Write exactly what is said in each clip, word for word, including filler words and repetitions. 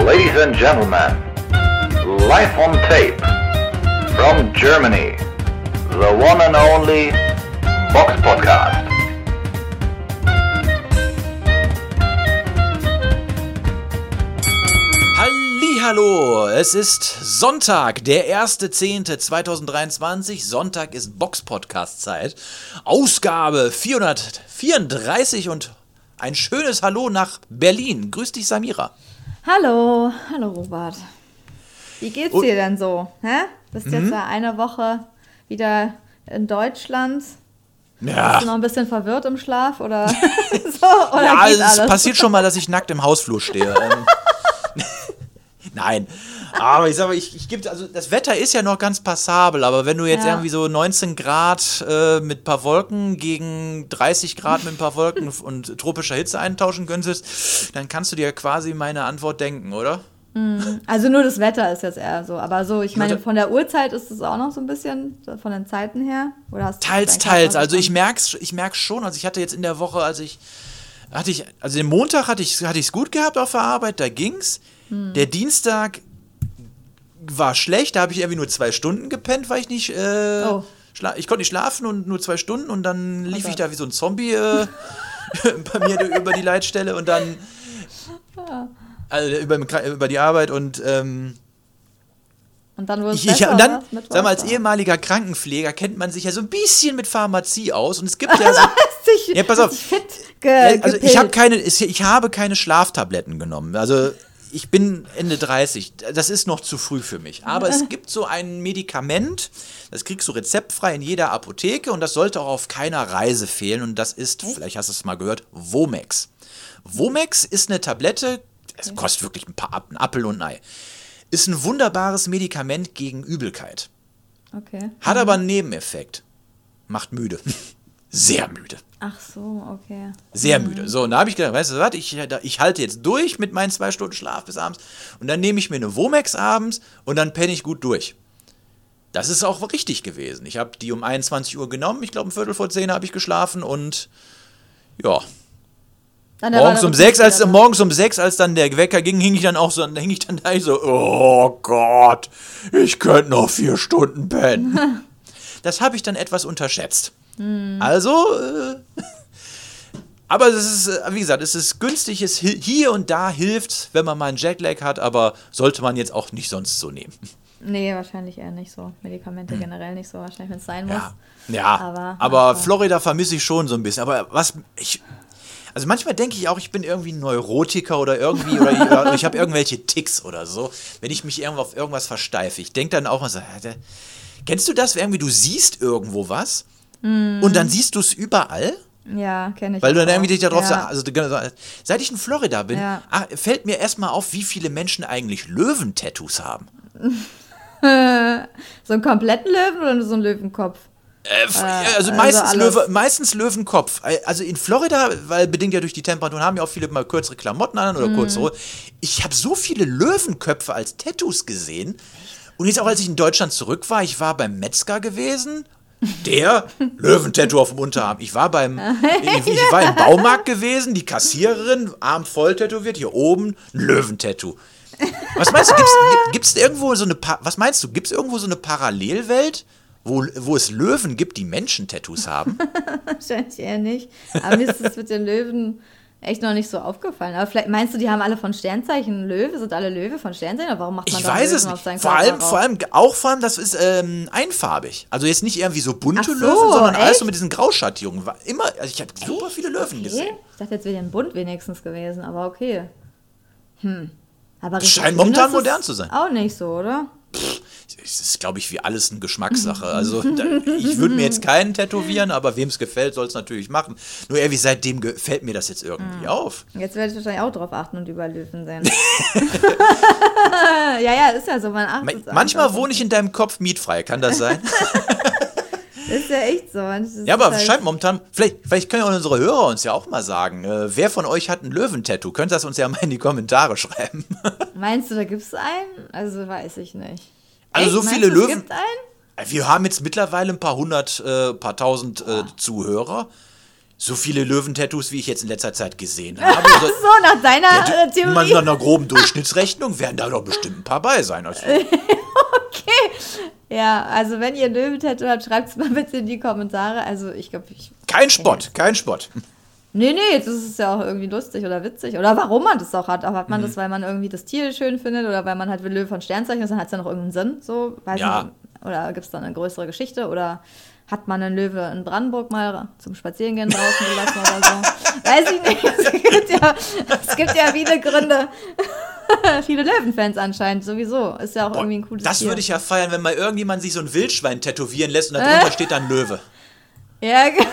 Ladies and gentlemen, live on tape from Germany, the one and only Box Podcast. Hallihallo, es ist Sonntag, der erster zehnter zweitausenddreiundzwanzig. Sonntag ist Box Podcast Zeit. Ausgabe vierhundertvierunddreißig und ein schönes Hallo nach Berlin. Grüß dich, Samira. Hallo, hallo Robert. Wie geht's Und, dir denn so? Hä? Bist mhm. jetzt ja eine Woche wieder in Deutschland. Ja. Bist du noch ein bisschen verwirrt im Schlaf oder so? Oder Ja, geht es alles? passiert schon mal, dass ich nackt im Hausflur stehe. Ähm, Nein, aber ich sag mal, ich, ich gebe, also das Wetter ist ja noch ganz passabel, aber wenn du jetzt Ja. irgendwie so neunzehn Grad äh, mit ein paar Wolken gegen dreißig Grad mit ein paar Wolken und tropischer Hitze eintauschen könntest, dann kannst du dir quasi meine Antwort denken, oder? Also nur das Wetter ist jetzt eher so. Aber so, ich meine, Warte. von der Uhrzeit ist es auch noch so ein bisschen, so von den Zeiten her? Oder hast du Teils, deinen teils. Körper Also ich schon- merk's, ich merk's schon. Also ich hatte jetzt in der Woche, als ich hatte ich, also den Montag hatte ich hatte ich's gut gehabt auf der Arbeit, da ging's. Der Dienstag war schlecht, da habe ich irgendwie nur zwei Stunden gepennt, weil ich nicht, äh, Oh. schla- ich konnte nicht schlafen und nur zwei Stunden und dann lief Gott. ich da wie so ein Zombie äh, bei mir über die Leitstelle und dann also über, über die Arbeit und ähm, Und dann wurde es ich, ich, besser, und dann, oder? Mittwoch, sag mal, als oder? ehemaliger Krankenpfleger kennt man sich ja so ein bisschen mit Pharmazie aus und es gibt ja so, Hast dich, Ja, pass hast auf. dich fit ge ja, also ich gepilzt. habe keine, ich habe keine Schlaftabletten genommen. Also ich bin Ende dreißig, das ist noch zu früh für mich. Aber es gibt so ein Medikament, das kriegst du rezeptfrei in jeder Apotheke und das sollte auch auf keiner Reise fehlen. Und das ist, vielleicht hast du es mal gehört, Womex. Womex ist eine Tablette, es kostet wirklich ein paar ein Apfel und ein Ei. Ist ein wunderbares Medikament gegen Übelkeit. Okay. Hat aber einen Nebeneffekt. Macht müde. Sehr müde. Ach so, okay. Sehr müde. So, und da habe ich gedacht, weißt du was, ich, ich halte jetzt durch mit meinen zwei Stunden Schlaf bis abends und dann nehme ich mir eine Womex abends und dann penne ich gut durch. Das ist auch richtig gewesen. Ich habe die um einundzwanzig Uhr genommen, ich glaube um Viertel vor zehn habe ich geschlafen und ja, Dann der morgens war um der sechs, als, wieder da. morgens um sechs, als dann der Wecker ging, hing ich dann auch so, dann hing ich dann da so, oh Gott, ich könnte noch vier Stunden pennen. Das habe ich dann etwas unterschätzt. Also, äh, aber es ist, äh, wie gesagt, es ist günstig, es hi- hier und da hilft, wenn man mal einen Jetlag hat, aber sollte man jetzt auch nicht sonst so nehmen. Nee, wahrscheinlich eher nicht so. Medikamente generell nicht so, wahrscheinlich, wenn es sein muss. Ja, ja, Aber- aber, aber- Florida vermisse ich schon so ein bisschen. Aber was ich, also manchmal denke ich auch, ich bin irgendwie ein Neurotiker oder irgendwie, oder ich, oder ich habe irgendwelche Ticks oder so, wenn ich mich irgendwo auf irgendwas versteife. Ich denke dann auch mal so, äh, kennst du das, irgendwie du siehst irgendwo was und dann siehst du es überall? Ja, kenne ich. Weil du dann auch. irgendwie dich darauf ja. sagst, also genau, seit ich in Florida bin, Ja. ah, fällt mir erstmal auf, wie viele Menschen eigentlich Löwentattoos haben. So einen kompletten Löwen oder nur so einen Löwenkopf? Äh, f- Äh, also also meistens, alles. Löwe, meistens Löwenkopf. Äh, Also in Florida, weil bedingt ja durch die Temperaturen, haben ja auch viele mal kürzere Klamotten an oder kürzere. Ich habe so viele Löwenköpfe als Tattoos gesehen. Und jetzt auch, als ich in Deutschland zurück war, ich war beim Metzger gewesen. Der Löwentattoo auf dem Unterarm. Ich war beim, ich, ich war im Baumarkt gewesen, die Kassiererin, Arm voll tätowiert, hier oben ein Löwentattoo. Was meinst du, gibt's, gibt's irgendwo so eine, Pa- was meinst du, gibt's irgendwo so eine Parallelwelt, wo, wo es Löwen gibt, die Menschen-Tattoos haben? Wahrscheinlich eher nicht. Aber mir ist das mit den Löwen echt noch nicht so aufgefallen. Aber vielleicht meinst du, die haben alle von Sternzeichen Löwe? Sind alle Löwe von Sternzeichen? Oder warum macht man Ich da weiß Löwen es auf nicht. seinen Vor Körper allem, rauf? vor allem, auch vor allem, das ist ähm, einfarbig. Also jetzt nicht irgendwie so bunte Ach so, Löwen, sondern alles echt? so mit diesen Grauschattierungen. War immer, also ich habe super viele Löwen gesehen. Okay. Ich dachte, jetzt wäre ein Bunt wenigstens gewesen, aber okay. Hm. Aber richtig Scheint grün momentan ist es modern zu sein. Auch nicht so, oder? Es ist, glaube ich, wie alles eine Geschmackssache. Also da, ich würde mir jetzt keinen tätowieren, aber wem es gefällt, soll es natürlich machen. Nur irgendwie seitdem gefällt mir das jetzt irgendwie auf. Jetzt werde ich wahrscheinlich auch drauf achten und über Löwen sehen. ja, ja, ist ja so. Man Ma- achtet Manchmal einfach. wohne ich in deinem Kopf mietfrei, kann das sein? Ist ja echt so. Das ist Ja, aber halt- scheint momentan, vielleicht, vielleicht können ja unsere Hörer uns ja auch mal sagen, äh, wer von euch hat ein Löwentattoo? Könnt ihr das uns ja mal in die Kommentare schreiben. Meinst du, da gibt es einen? Also weiß ich nicht. Also Echt? so Meinst viele du, es Löwen- gibt einen? Wir haben jetzt mittlerweile ein paar hundert, äh, paar tausend äh, Zuhörer. so viele Löwentattoos, wie ich jetzt in letzter Zeit gesehen habe. So, nach deiner ja, äh, Theorie. Nach einer groben Durchschnittsrechnung werden da doch bestimmt ein paar bei sein. Also, Okay. Ja, also wenn ihr ein Löwentattoo habt, schreibt es mal bitte in die Kommentare. Also ich glaube, ich... kein Spott, kein Spott. Nee, nee, das ist ja auch irgendwie lustig oder witzig. Oder warum man das auch hat. Auch hat man mhm. das, weil man irgendwie das Tier schön findet oder weil man halt Löwe von Sternzeichen ist, dann hat es ja noch irgendeinen Sinn. So, weiß Ja. nicht. Oder gibt es dann eine größere Geschichte? Oder hat man einen Löwe in Brandenburg mal zum Spazierengehen draußen gelassen oder so? Weiß ich nicht. Es gibt ja, es gibt ja viele Gründe. Viele Löwenfans anscheinend, sowieso. Ist ja auch Boah, irgendwie ein cooles das Tier. würde ich ja feiern, wenn mal irgendjemand sich so ein Wildschwein tätowieren lässt und darunter steht dann Löwe. Ja, genau.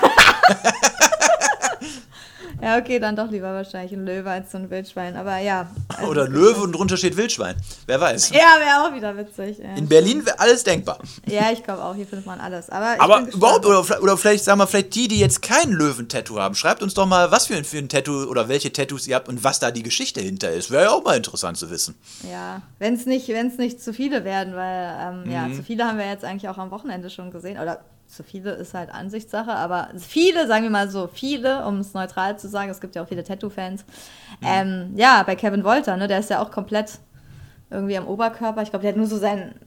Ja, okay, dann doch lieber wahrscheinlich ein Löwe als so ein Wildschwein. Aber ja. Also Oder Löwe und drunter steht Wildschwein. Wer weiß. Ja, wäre auch wieder witzig. Ja. In Berlin wäre alles denkbar. Ja, ich glaube auch, hier findet man alles. Aber, ich Aber bin überhaupt, gespannt. oder, oder vielleicht, sagen wir, vielleicht die, die jetzt kein Löwentattoo haben, schreibt uns doch mal, was für ein, für ein Tattoo oder welche Tattoos ihr habt und was da die Geschichte hinter ist. Wäre ja auch mal interessant zu wissen. Ja, wenn es nicht, wenn's nicht zu viele werden, weil, ähm, Mhm. ja, zu viele haben wir jetzt eigentlich auch am Wochenende schon gesehen. Oder zu viele ist halt Ansichtssache, aber viele, sagen wir mal so, viele, um es neutral zu sagen, es gibt ja auch viele Tattoo-Fans. Mhm. Ähm, ja, bei Kevin Wolter, ne, der ist ja auch komplett irgendwie am Oberkörper. Ich glaube, der hat nur so sein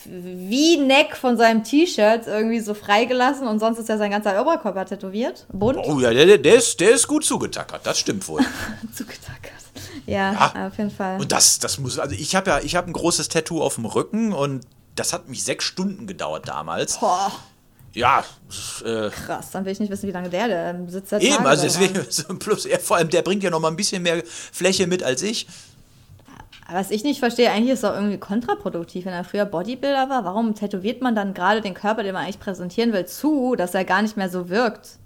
V-Neck von seinem T-Shirt irgendwie so freigelassen und sonst ist ja sein ganzer Oberkörper tätowiert. Bunt. Oh ja, der, der, ist, der ist gut zugetackert, das stimmt wohl. Zugetackert. Ja, Ja. auf jeden Fall. Und das, das muss, also ich habe ja, ich habe ein großes Tattoo auf dem Rücken und das hat mich sechs Stunden gedauert damals. Boah, Ja, äh, krass. Dann will ich nicht wissen, wie lange der, der sitzt da eben, Tage also daran. deswegen, plus er, vor allem, der bringt ja noch mal ein bisschen mehr Fläche mit als ich. Was ich nicht verstehe, eigentlich ist es auch irgendwie kontraproduktiv. Wenn er früher Bodybuilder war, warum tätowiert man dann gerade den Körper, den man eigentlich präsentieren will, zu, dass er gar nicht mehr so wirkt?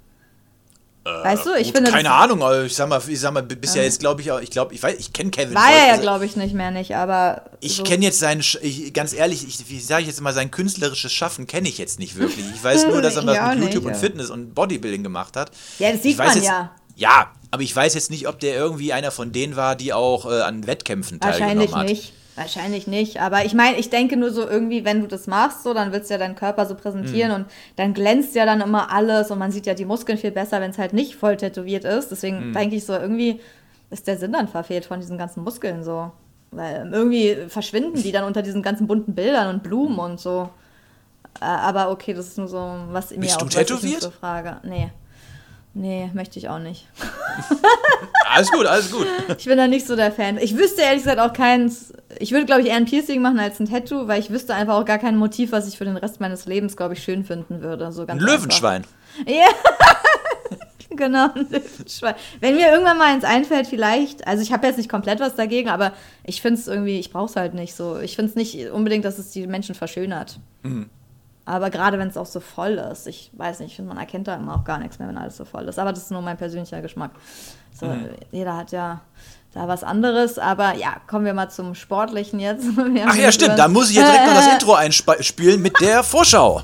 Weißt du, ich Gut, finde... keine das Ahnung, aber ich sag mal, ich sag mal bisher jetzt glaube ich auch, ich glaube, ich weiß, ich kenne Kevin war Wolter, er ja, also glaube ich, nicht mehr nicht, aber... ich so. kenne jetzt seinen, Sch- ich, ganz ehrlich, ich, wie sage ich jetzt mal, sein künstlerisches Schaffen kenne ich jetzt nicht wirklich. Ich weiß nur, dass er Ich was auch mit nicht, YouTube und ja. Fitness und Bodybuilding gemacht hat. Ja, das sieht Ich weiß man jetzt, ja. Ja, aber ich weiß jetzt nicht, ob der irgendwie einer von denen war, die auch äh, an Wettkämpfen Wahrscheinlich teilgenommen hat. nicht. Wahrscheinlich nicht. Aber ich meine, ich denke nur so irgendwie, wenn du das machst, so, dann willst du ja deinen Körper so präsentieren Mhm. und dann glänzt ja dann immer alles und man sieht ja die Muskeln viel besser, wenn es halt nicht voll tätowiert ist. Deswegen Mhm. denke ich so, irgendwie ist der Sinn dann verfehlt von diesen ganzen Muskeln so. Weil irgendwie verschwinden die dann unter diesen ganzen bunten Bildern und Blumen und so. Äh, aber okay, das ist nur so, was mir Bist auch du was ich mich tätowiert? so frage. Nee. Nee, möchte ich auch nicht. Alles gut, alles gut. Ich bin da nicht so der Fan. Ich wüsste ehrlich gesagt auch keins. Ich würde, glaube ich, eher ein Piercing machen als ein Tattoo, weil ich wüsste einfach auch gar kein Motiv, was ich für den Rest meines Lebens, glaube ich, schön finden würde. So Ein ganz Löwenschwein. einfach. Ja. Genau, ein Löwenschwein. Wenn mir irgendwann mal eins einfällt, vielleicht. Also, ich habe jetzt nicht komplett was dagegen, aber ich finde es irgendwie, ich brauche es halt nicht so. Ich finde es nicht unbedingt, dass es die Menschen verschönert. Mhm. Aber gerade wenn es auch so voll ist, ich weiß nicht, ich finde, man erkennt da immer auch gar nichts mehr, wenn alles so voll ist. Aber das ist nur mein persönlicher Geschmack. So, Mhm. Jeder hat ja da was anderes. Aber ja, kommen wir mal zum Sportlichen jetzt. Wir Ach haben ja, stimmt, da muss ich jetzt direkt noch das Intro einspielen mit der Vorschau.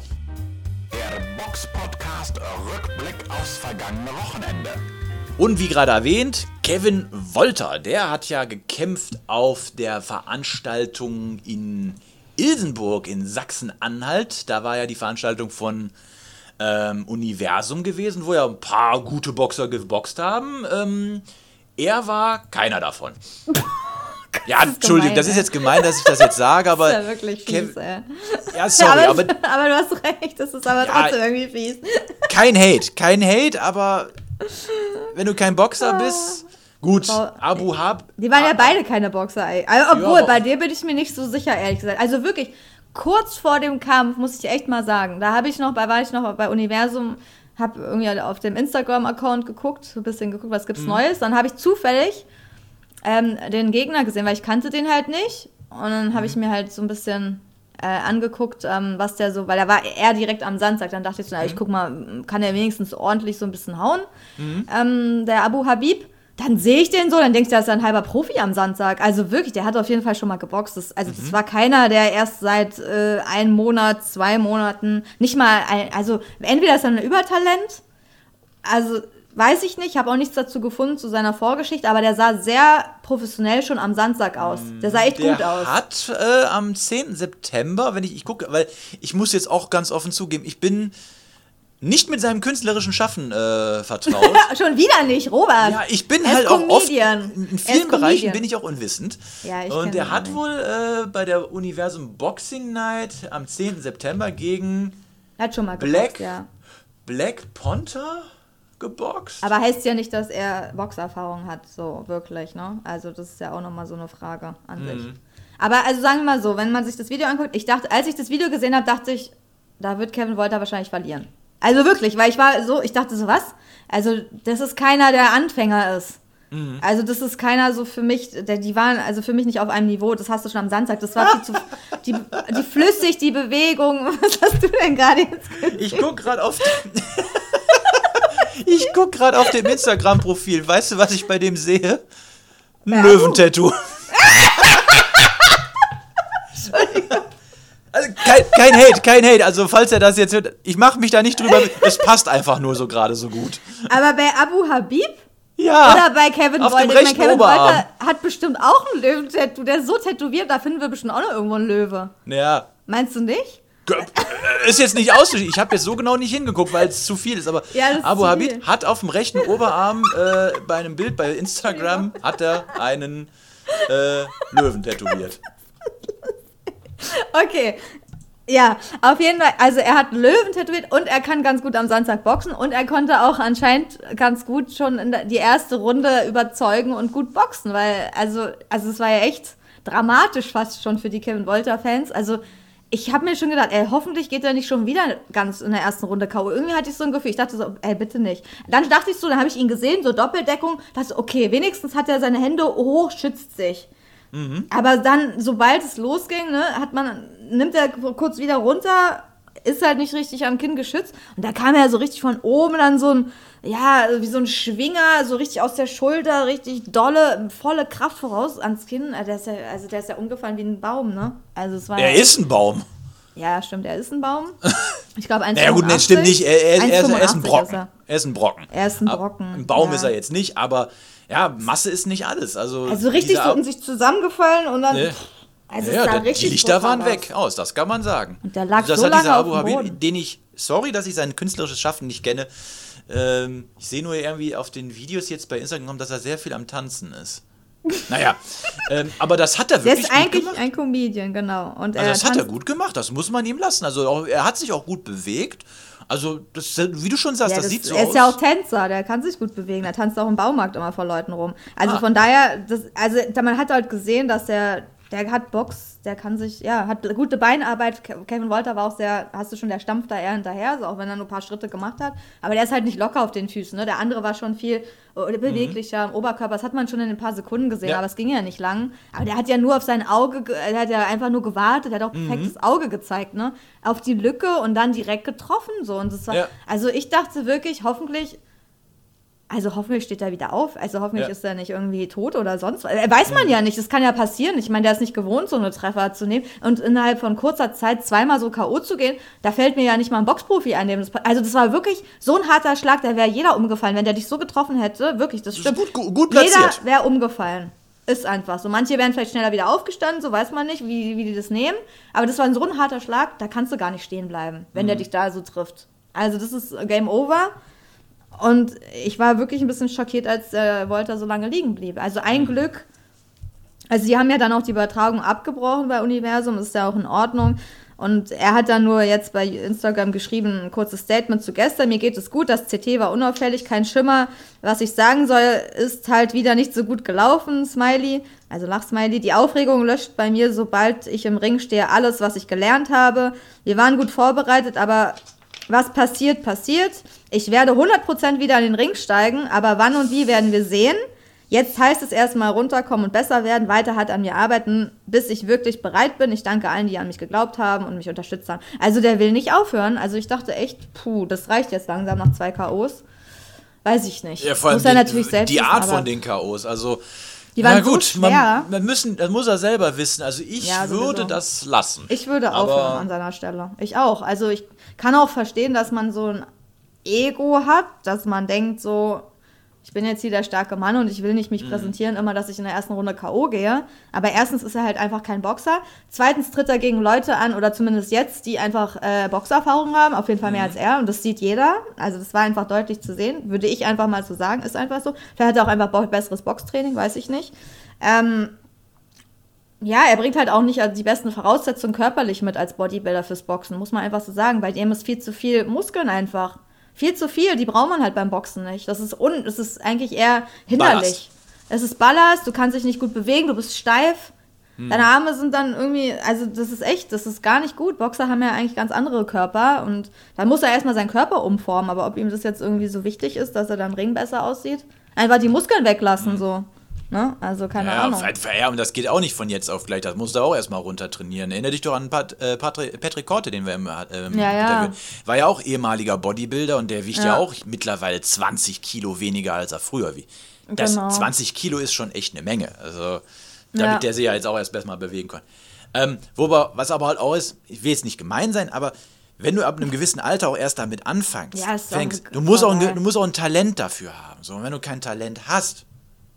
Der Box-Podcast Rückblick aufs vergangene Wochenende. Und wie gerade erwähnt, Kevin Wolter, der hat ja gekämpft auf der Veranstaltung in Ilsenburg in Sachsen-Anhalt. Da war ja die Veranstaltung von ähm, Universum gewesen, wo ja ein paar gute Boxer geboxt haben. Ähm, er war keiner davon. Ja, ist Entschuldigung, gemein, das ist ey. jetzt gemein, dass ich das jetzt sage, aber... Das ist ja wirklich fies, Kev- ey. Ja, sorry, aber, aber aber du hast recht, das ist aber Ja. trotzdem irgendwie fies. kein Hate, kein Hate, aber wenn du kein Boxer bist... Gut, Frau- Abu Hab... Die waren ja beide keine Boxer, ey. Also, obwohl, Ja, bei dir bin ich mir nicht so sicher, ehrlich gesagt. Also wirklich, kurz vor dem Kampf, muss ich echt mal sagen, da habe ich noch, bei, war ich noch bei Universum, habe irgendwie auf dem Instagram-Account geguckt, so ein bisschen geguckt, was gibt's Neues. Dann habe ich zufällig ähm, den Gegner gesehen, weil ich kannte den halt nicht. Und dann habe ich mir halt so ein bisschen äh, angeguckt, ähm, was der so, weil er war eher direkt am Sandsack. Dann dachte ich so, na, ich guck mal, kann der wenigstens ordentlich so ein bisschen hauen, ähm, der Abu Habib. Dann sehe ich den so, dann denkst du, der ist ein halber Profi am Sandsack. Also wirklich, der hat auf jeden Fall schon mal geboxt. Das, also das war keiner, der erst seit äh, einem Monat, zwei Monaten, nicht mal, ein, also entweder ist er ein Übertalent, also weiß ich nicht, habe auch nichts dazu gefunden zu seiner Vorgeschichte, aber der sah sehr professionell schon am Sandsack aus. Der sah echt Der gut aus. hat äh, am zehnten September, wenn ich, ich gucke, weil ich muss jetzt auch ganz offen zugeben, ich bin nicht mit seinem künstlerischen Schaffen äh, vertraut. Schon wieder nicht, Robert. Ja, ich bin Er halt ist auch oft, Comedian. in Er vielen ist Bereichen Comedian. bin ich auch unwissend. Ja, ich Und kenn der ihn hat nicht. wohl äh, bei der Universum Boxing Night am zehnten September gegen Er hat schon mal Black, geboxt, ja. Black Panther geboxt. Aber heißt ja nicht, dass er Boxerfahrung hat, so wirklich, ne? Also das ist ja auch nochmal so eine Frage an Mhm. sich. Aber also sagen wir mal so, wenn man sich das Video anguckt, ich dachte, als ich das Video gesehen habe, dachte ich, da wird Kevin Wolter wahrscheinlich verlieren. Also wirklich, weil ich war so, ich dachte so, was? Also das ist keiner, der Anfänger ist. Mhm. Also das ist keiner so für mich, der, die waren also für mich nicht auf einem Niveau, das hast du schon am Samstag, das war viel zu, die, die flüssig, die Bewegung, was hast du denn gerade jetzt gesehen? Ich guck gerade auf Ich guck gerade auf dem Instagram-Profil. Weißt du, was ich bei dem sehe? Ein Ja. Löwentattoo. Also kein, kein Hate, kein Hate. Also falls er das jetzt hört, ich mache mich da nicht drüber. Es passt einfach nur so gerade so gut. Aber bei Abu Habib Ja. oder bei Kevin auf Wolter, dem ich meine, rechten Kevin Oberarm. Wolter hat bestimmt auch ein Löwentattoo, der ist so tätowiert, da finden wir bestimmt auch noch irgendwo einen Löwe. Ja. Meinst du nicht? Ist jetzt nicht auszuschließen. Ich habe jetzt so genau nicht hingeguckt, weil es zu viel ist. Aber Ja, das ist Abu zu Habib viel. hat auf dem rechten Oberarm äh, bei einem Bild bei Instagram hat er einen äh, Löwen tätowiert. Okay. Ja, auf jeden Fall, also er hat Löwen tätowiert und er kann ganz gut am Samstag boxen und er konnte auch anscheinend ganz gut schon in der, die erste Runde überzeugen und gut boxen, weil, also, also es war ja echt dramatisch fast schon für die Kevin Wolter-Fans, also ich habe mir schon gedacht, ey, hoffentlich geht er nicht schon wieder ganz in der ersten Runde K O. Irgendwie hatte ich so ein Gefühl, ich dachte so, ey, bitte nicht. Dann dachte ich so, dann habe ich ihn gesehen, so Doppeldeckung, dachte, okay, wenigstens hat er seine Hände hoch, schützt sich. Aber dann, sobald es losging, ne, hat man, nimmt er kurz wieder runter, ist halt nicht richtig am Kinn geschützt. Und da kam er so richtig von oben dann so ein, ja, wie so ein Schwinger, so richtig aus der Schulter, richtig dolle, volle Kraft voraus ans Kinn. Also der ist ja, also der ist ja umgefallen wie ein Baum, ne? Also es war Er ja, ist ein Baum. ja, stimmt, er ist ein Baum. Ich glaube, eins Naja gut, nee, stimmt nicht. Er, er, er, ist, er ist ein Ist Brocken. er. Er ist ein Brocken. Er ist ein Ab- Brocken, Ein Baum ja. ist er jetzt nicht, aber ja, Masse ist nicht alles. Also, Also richtig dieser so Ab- in sich zusammengefallen und dann, Nee. also Ja, es sah der, richtig die Lichter waren brutal weg aus, das kann man sagen. Und der lag das so hat lange dieser auf Abu dem Habib, Boden. den ich, sorry, dass ich sein künstlerisches Schaffen nicht kenne. Ähm, ich sehe nur irgendwie auf den Videos jetzt bei Instagram, dass er sehr viel am Tanzen ist. Naja, ähm, aber das hat er Der wirklich ist gut eigentlich gemacht. ein Comedian, genau. Und Also er das hat er tanzt- gut gemacht, das muss man ihm lassen. Also auch, er hat sich auch gut bewegt. Also, das, wie du schon sagst, Ja, das, das, sieht so er aus. ist ja auch Tänzer, der kann sich gut bewegen. Er tanzt auch im Baumarkt immer vor Leuten rum. Also Ah. von daher, das, also da- man hat halt gesehen, dass der, der hat Box, der kann sich, ja, hat gute Beinarbeit. Ke- Kevin Wolter war auch sehr, hast du schon, der stampft da eher hinterher, also auch wenn er nur ein paar Schritte gemacht hat. Aber der ist halt nicht locker auf den Füßen. Ne? Der andere war schon viel äh, beweglicher im Oberkörper. Das hat man schon in ein paar Sekunden gesehen, Ja. aber es ging ja nicht lang. Aber der hat ja nur auf sein Auge, ge- der hat ja einfach nur gewartet, der hat auch perfektes Auge gezeigt, ne? Auf die Lücke und dann direkt getroffen, so. Und das war, Ja. also ich dachte wirklich, hoffentlich, also hoffentlich steht er wieder auf. Also hoffentlich Ja. ist er nicht irgendwie tot oder sonst was. Äh, Weiß man ja nicht, das kann ja passieren. Ich meine, der ist nicht gewohnt, so eine Treffer zu nehmen. Und innerhalb von kurzer Zeit zweimal so K O zu gehen, da fällt mir ja nicht mal ein Boxprofi ein. dem das pa- Also das war wirklich so ein harter Schlag, da wäre jeder umgefallen. Wenn der dich so getroffen hätte, wirklich, das ist stimmt. gut, gut, gut Jeder platziert. wäre umgefallen. Ist einfach so. Manche wären vielleicht schneller wieder aufgestanden, so weiß man nicht, wie, wie die das nehmen. Aber das war so ein harter Schlag, da kannst du gar nicht stehen bleiben, wenn Mhm. der dich da so trifft. Also das ist Game Over. Und ich war wirklich ein bisschen schockiert, als äh, Wolter so lange liegen blieb. Also ein Mhm. Glück. Also sie haben ja dann auch die Übertragung abgebrochen bei Universum, das ist ja auch in Ordnung. Und er hat dann nur jetzt bei Instagram geschrieben, ein kurzes Statement zu gestern. Mir geht es gut, das C T war unauffällig, kein Schimmer. Was ich sagen soll, ist halt wieder nicht so gut gelaufen, Smiley. Also Lachsmiley. Die Aufregung löscht bei mir, sobald ich im Ring stehe, alles, was ich gelernt habe. Wir waren gut vorbereitet, aber was passiert, passiert. Ich werde hundert Prozent wieder in den Ring steigen, aber wann und wie werden wir sehen. Jetzt heißt es erstmal runterkommen und besser werden, weiter hart an mir arbeiten, bis ich wirklich bereit bin. Ich danke allen, die an mich geglaubt haben und mich unterstützt haben. Also der will nicht aufhören. Also ich dachte echt, puh, das reicht jetzt langsam nach zwei K Os. Weiß ich nicht. Ja, vor allem Muss er die, natürlich selbst die Art wissen, aber von den K Os. Also, Die waren na gut, so schwer. Man, man müssen, das muss er selber wissen. Also ich Ja, sowieso. würde das lassen. Ich würde Aber- aufhören an seiner Stelle. Ich auch. Also ich kann auch verstehen, dass man so ein Ego hat, dass man denkt so, ich bin jetzt hier der starke Mann und ich will nicht mich mhm. präsentieren, immer, dass ich in der ersten Runde K O gehe. Aber erstens ist er halt einfach kein Boxer. Zweitens tritt er gegen Leute an, oder zumindest jetzt, die einfach äh, Boxerfahrung haben, auf jeden Fall mehr mhm. als er. Und das sieht jeder. Also das war einfach deutlich zu sehen. Würde ich einfach mal so sagen, ist einfach so. Vielleicht hat er auch einfach bo- besseres Boxtraining, weiß ich nicht. Ähm, ja, er bringt halt auch nicht die besten Voraussetzungen körperlich mit als Bodybuilder fürs Boxen, muss man einfach so sagen. Bei dem ist viel zu viel Muskeln einfach. Viel zu viel, die braucht man halt beim Boxen nicht. Das ist, un- das ist eigentlich eher hinderlich. Ballast. Es ist Ballast, du kannst dich nicht gut bewegen, du bist steif. Hm. Deine Arme sind dann irgendwie, also das ist echt, das ist gar nicht gut. Boxer haben ja eigentlich ganz andere Körper und dann muss er erstmal seinen Körper umformen. Aber ob ihm das jetzt irgendwie so wichtig ist, dass er dann im Ring besser aussieht? Einfach die Muskeln weglassen, hm. so. Ne? Also keine ja, Ahnung. Ja, und das geht auch nicht von jetzt auf gleich. Das musst du auch erstmal runter trainieren. Erinner dich doch an Pat, äh, Patrick, Patrick Korte, den wir ähm, ja, ja. war ja auch ehemaliger Bodybuilder und der wiegt ja, ja auch mittlerweile zwanzig Kilo weniger, als er früher wiegt. Das genau. zwanzig Kilo ist schon echt eine Menge. Also damit ja. der sich ja jetzt auch erst besser mal bewegen kann. Ähm, wobei, was aber halt auch ist, ich will jetzt nicht gemein sein, aber wenn du ab einem gewissen Alter auch erst damit anfängst, ja, fängst, du, musst auch ein, du musst auch ein Talent dafür haben. So, und wenn du kein Talent hast,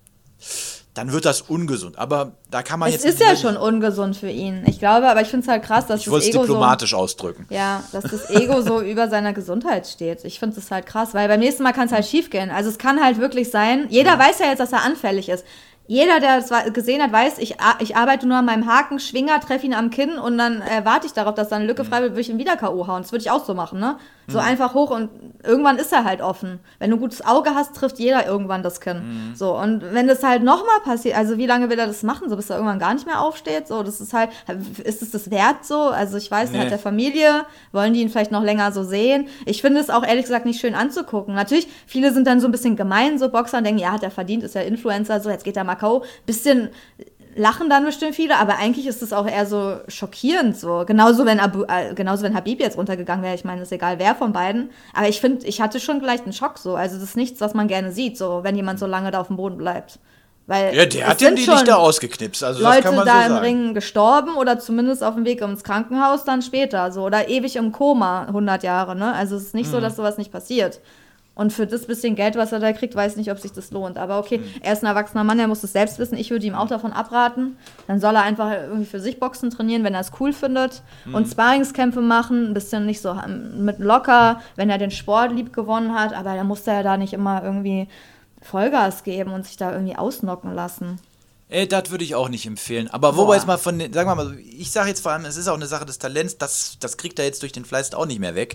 dann wird das ungesund. Aber da kann man es jetzt... Es ist ja schon ungesund für ihn. Ich glaube, aber ich finde es halt krass, dass ich das Ego so... Ich wollte es diplomatisch ausdrücken. Ja, dass das Ego so über seiner Gesundheit steht. Ich finde es halt krass, weil beim nächsten Mal kann es halt schief gehen. Also es kann halt wirklich sein, jeder mhm. weiß ja jetzt, dass er anfällig ist. Jeder, der das gesehen hat, weiß, ich, ich arbeite nur an meinem Haken, Schwinger, treffe ihn am Kinn und dann äh, warte ich darauf, dass da eine Lücke frei wird, würde ich ihn wieder K O hauen. Das würde ich auch so machen, ne? So mhm. einfach hoch und irgendwann ist er halt offen. Wenn du ein gutes Auge hast, trifft jeder irgendwann das Kinn. Mhm. So, und wenn das halt nochmal passiert, also wie lange will er das machen, so bis er irgendwann gar nicht mehr aufsteht, so, das ist halt, ist es das wert so? Also ich weiß, nee. er hat der Familie, wollen die ihn vielleicht noch länger so sehen? Ich finde es auch ehrlich gesagt nicht schön anzugucken. Natürlich, viele sind dann so ein bisschen gemein, so Boxer, und denken, ja, hat er verdient, ist ja Influencer, so, jetzt geht er mal K O. Bisschen lachen dann bestimmt viele, aber eigentlich ist es auch eher so schockierend so. Genauso wenn, Abu, äh, genauso wenn Habib jetzt runtergegangen wäre, ich meine, ist egal wer von beiden, aber ich finde, ich hatte schon gleich einen Schock so. Also das ist nichts, was man gerne sieht, so, wenn jemand so lange da auf dem Boden bleibt. Weil ja, der hat ihm die Lichter ausgeknipst, also Leute das kann man da so im sagen. Ring gestorben oder zumindest auf dem Weg ins Krankenhaus dann später so, oder ewig im Koma, hundert Jahre, ne? Also es ist nicht mhm. so, dass sowas nicht passiert. Und für das bisschen Geld, was er da kriegt, weiß nicht, ob sich das lohnt. Aber okay, mhm. er ist ein erwachsener Mann, er muss es selbst wissen. Ich würde ihm auch davon abraten. Dann soll er einfach irgendwie für sich Boxen trainieren, wenn er es cool findet. Mhm. Und Sparringskämpfe machen, ein bisschen nicht so mit locker, wenn er den Sport lieb gewonnen hat. Aber dann muss er ja da nicht immer irgendwie Vollgas geben und sich da irgendwie ausnocken lassen. Ey, das würde ich auch nicht empfehlen. Aber wo wir jetzt mal von den, sagen wir mal, ich sage jetzt vor allem, es ist auch eine Sache des Talents, das, das kriegt er jetzt durch den Fleiß auch nicht mehr weg.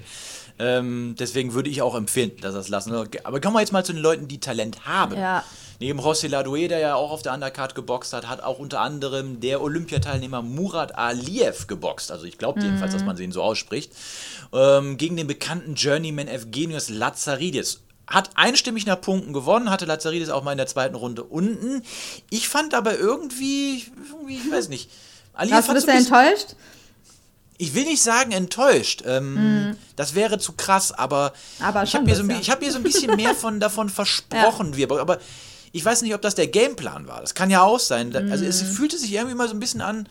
Ähm, deswegen würde ich auch empfehlen, dass er es lassen. Aber kommen wir jetzt mal zu den Leuten, die Talent haben. Ja. Neben José Ladoué, der ja auch auf der Undercard geboxt hat, hat auch unter anderem der Olympiateilnehmer Murat Aliyev geboxt. Also ich glaube jedenfalls, mhm. dass man ihn so ausspricht. Ähm, gegen den bekannten Journeyman Evgenios Lazaridis. Hat einstimmig nach Punkten gewonnen, hatte Lazaridis auch mal in der zweiten Runde unten. Ich fand aber irgendwie, irgendwie ich weiß nicht. Aliyev Hast du bist so enttäuscht? Ich will nicht sagen enttäuscht. Ähm, mm. Das wäre zu krass, aber, aber ich habe mir, so, hab mir so ein bisschen mehr von, davon versprochen. Ja. Aber ich weiß nicht, ob das der Gameplan war. Das kann ja auch sein. Mm. Also es fühlte sich irgendwie mal so ein bisschen an,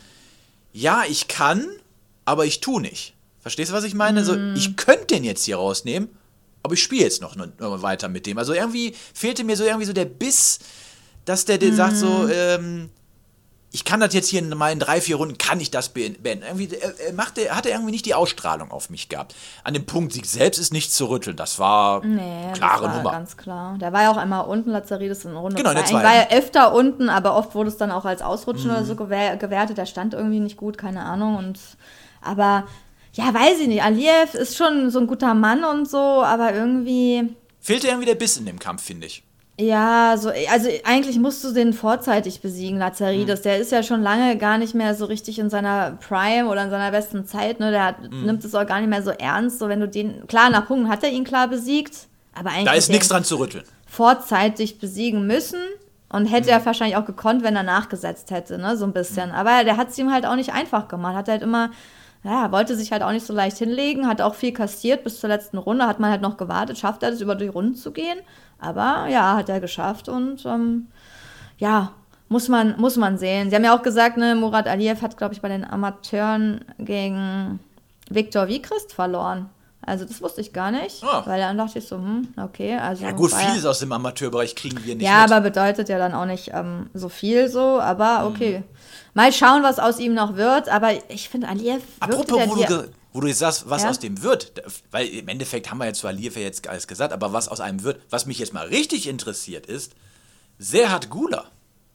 ja, ich kann, aber ich tue nicht. Verstehst du, was ich meine? Mm. Also, ich könnte den jetzt hier rausnehmen, aber ich spiele jetzt noch, noch weiter mit dem. Also irgendwie fehlte mir so irgendwie so der Biss, dass der, der mm. sagt so, ähm, ich kann das jetzt hier mal in drei, vier Runden, kann ich das beenden. Irgendwie er, er machte, hat er irgendwie nicht die Ausstrahlung auf mich gehabt. An dem Punkt, sich selbst ist nicht zu rütteln. Das war nee, klare das war Nummer. Ganz klar. Der war ja auch einmal unten, Lazaridis in Runde genau, zwei. Genau, war ja öfter unten, aber oft wurde es dann auch als Ausrutschen mhm. oder so gewer- gewertet. Der stand irgendwie nicht gut, keine Ahnung. Und aber, ja, weiß ich nicht. Aliyev ist schon so ein guter Mann und so, aber irgendwie... Fehlte irgendwie der Biss in dem Kampf, finde ich. Ja, so, also eigentlich musst du den vorzeitig besiegen, Lazaridis. Mhm. Der ist ja schon lange gar nicht mehr so richtig in seiner Prime oder in seiner besten Zeit. Ne? Der hat, mhm. nimmt es auch gar nicht mehr so ernst. So, wenn du den, klar, nach Punkten hat er ihn klar besiegt, aber eigentlich. Da ist nichts dran zu rütteln. Vorzeitig besiegen müssen und hätte mhm. er wahrscheinlich auch gekonnt, wenn er nachgesetzt hätte, ne, so ein bisschen. Mhm. Aber der hat es ihm halt auch nicht einfach gemacht. Hat halt immer, ja, wollte sich halt auch nicht so leicht hinlegen, hat auch viel kassiert bis zur letzten Runde, hat man halt noch gewartet, schafft er das, über die Runden zu gehen. Aber ja, hat er geschafft und ähm, ja, muss man, muss man sehen. Sie haben ja auch gesagt, ne, Murat Aliyev hat, glaube ich, bei den Amateuren gegen Viktor Vikrist verloren. Also das wusste ich gar nicht, Ah. weil dann dachte ich so, hm, okay, also... Ja gut, war vieles aus dem Amateurbereich kriegen wir nicht Ja, mit. aber bedeutet ja dann auch nicht ähm, so viel so, aber Mhm. okay. Mal schauen, was aus ihm noch wird, aber ich finde, Aliyev wirkte Apropos, der wo du, dir- ge- wo du jetzt sagst, was Ja? aus dem wird, weil im Endeffekt haben wir jetzt zu Aliyev ja jetzt alles gesagt, aber was aus einem wird, was mich jetzt mal richtig interessiert ist, Serhat Güler.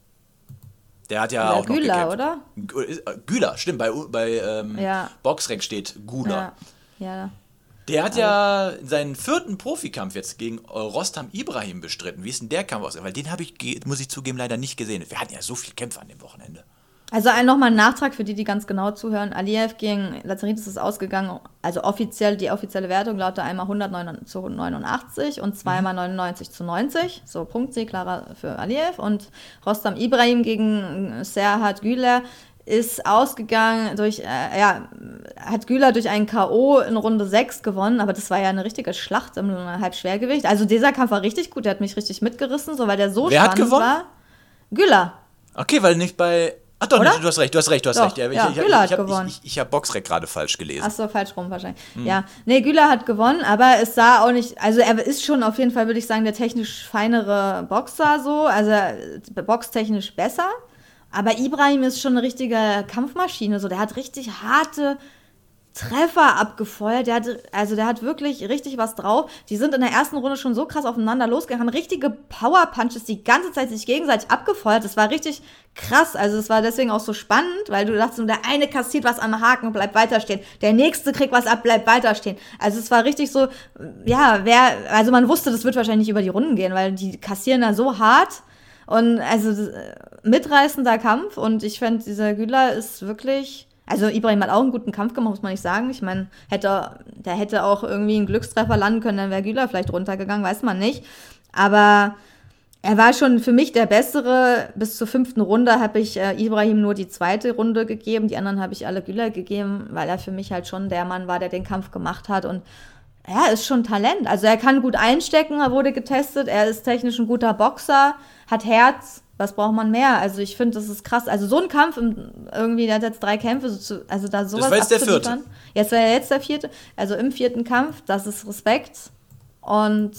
Der hat ja Oder auch noch Güler, gekämpft. oder? G- äh, Güler, stimmt, bei, bei ähm, Ja. Boxrec steht Güler. Ja, ja. Der hat ja seinen vierten Profikampf jetzt gegen äh, Rostam Ibrahim bestritten. Wie ist denn der Kampf aus? Weil den habe ich, ge- muss ich zugeben, leider nicht gesehen. Wir hatten ja so viele Kämpfe an dem Wochenende. Also ein, nochmal ein Nachtrag für die, die ganz genau zuhören. Aliyev gegen Lazaridis ist ausgegangen, also offiziell, die offizielle Wertung lautet einmal hundertneun zu neunundachtzig und zweimal neunundneunzig zu neunzig. So, Punktsieg, klarer für Aliyev. Und Rostam Ibrahim gegen Serhat Güler ist ausgegangen durch, äh, ja, hat Güler durch einen K O in Runde sechs gewonnen, aber das war ja eine richtige Schlacht im Halbschwergewicht. Also dieser Kampf war richtig gut, der hat mich richtig mitgerissen, so weil der so Wer hat spannend gewonnen? war. Güler. Okay, weil nicht bei... Ach doch, Oder? nicht, du hast recht, du hast recht, du hast Doch, recht. Ja, ja, ich, ich, Güler hat ich, ich, gewonnen. Ich, ich, ich habe Boxrec gerade falsch gelesen. Ach so, falsch rum wahrscheinlich. Ja, nee, Güler hat gewonnen, aber es sah auch nicht, also er ist schon auf jeden Fall, würde ich sagen, der technisch feinere Boxer so, also äh, boxtechnisch besser. Aber Ibrahim ist schon eine richtige Kampfmaschine, so, der hat richtig harte Treffer abgefeuert, der hat, also der hat wirklich richtig was drauf. Die sind in der ersten Runde schon so krass aufeinander losgegangen, haben richtige Power-Punches die ganze Zeit sich gegenseitig abgefeuert. Das war richtig krass, also es war deswegen auch so spannend, weil du dachtest, der eine kassiert was am Haken und bleibt weiter stehen, der nächste kriegt was ab, bleibt weiter stehen. Also es war richtig so, ja, wer, also man wusste, das wird wahrscheinlich nicht über die Runden gehen, weil die kassieren da so hart. Und also äh, mitreißender Kampf und ich fände, dieser Güler ist wirklich, also Ibrahim hat auch einen guten Kampf gemacht, muss man nicht sagen. Ich meine, hätte, der hätte auch irgendwie einen Glückstreffer landen können, dann wäre Güler vielleicht runtergegangen, weiß man nicht. Aber er war schon für mich der Bessere. Bis zur fünften Runde habe ich äh, Ibrahim nur die zweite Runde gegeben, die anderen habe ich alle Güler gegeben, weil er für mich halt schon der Mann war, der den Kampf gemacht hat und er ist schon Talent. Also er kann gut einstecken, er wurde getestet, er ist technisch ein guter Boxer, hat Herz, was braucht man mehr? Also ich finde, das ist krass. Also so ein Kampf, im, irgendwie, der hat jetzt drei Kämpfe, so zu, also da sowas Das war jetzt der vierte. abzuliefern. Jetzt war jetzt der vierte, also im vierten Kampf, das ist Respekt. Und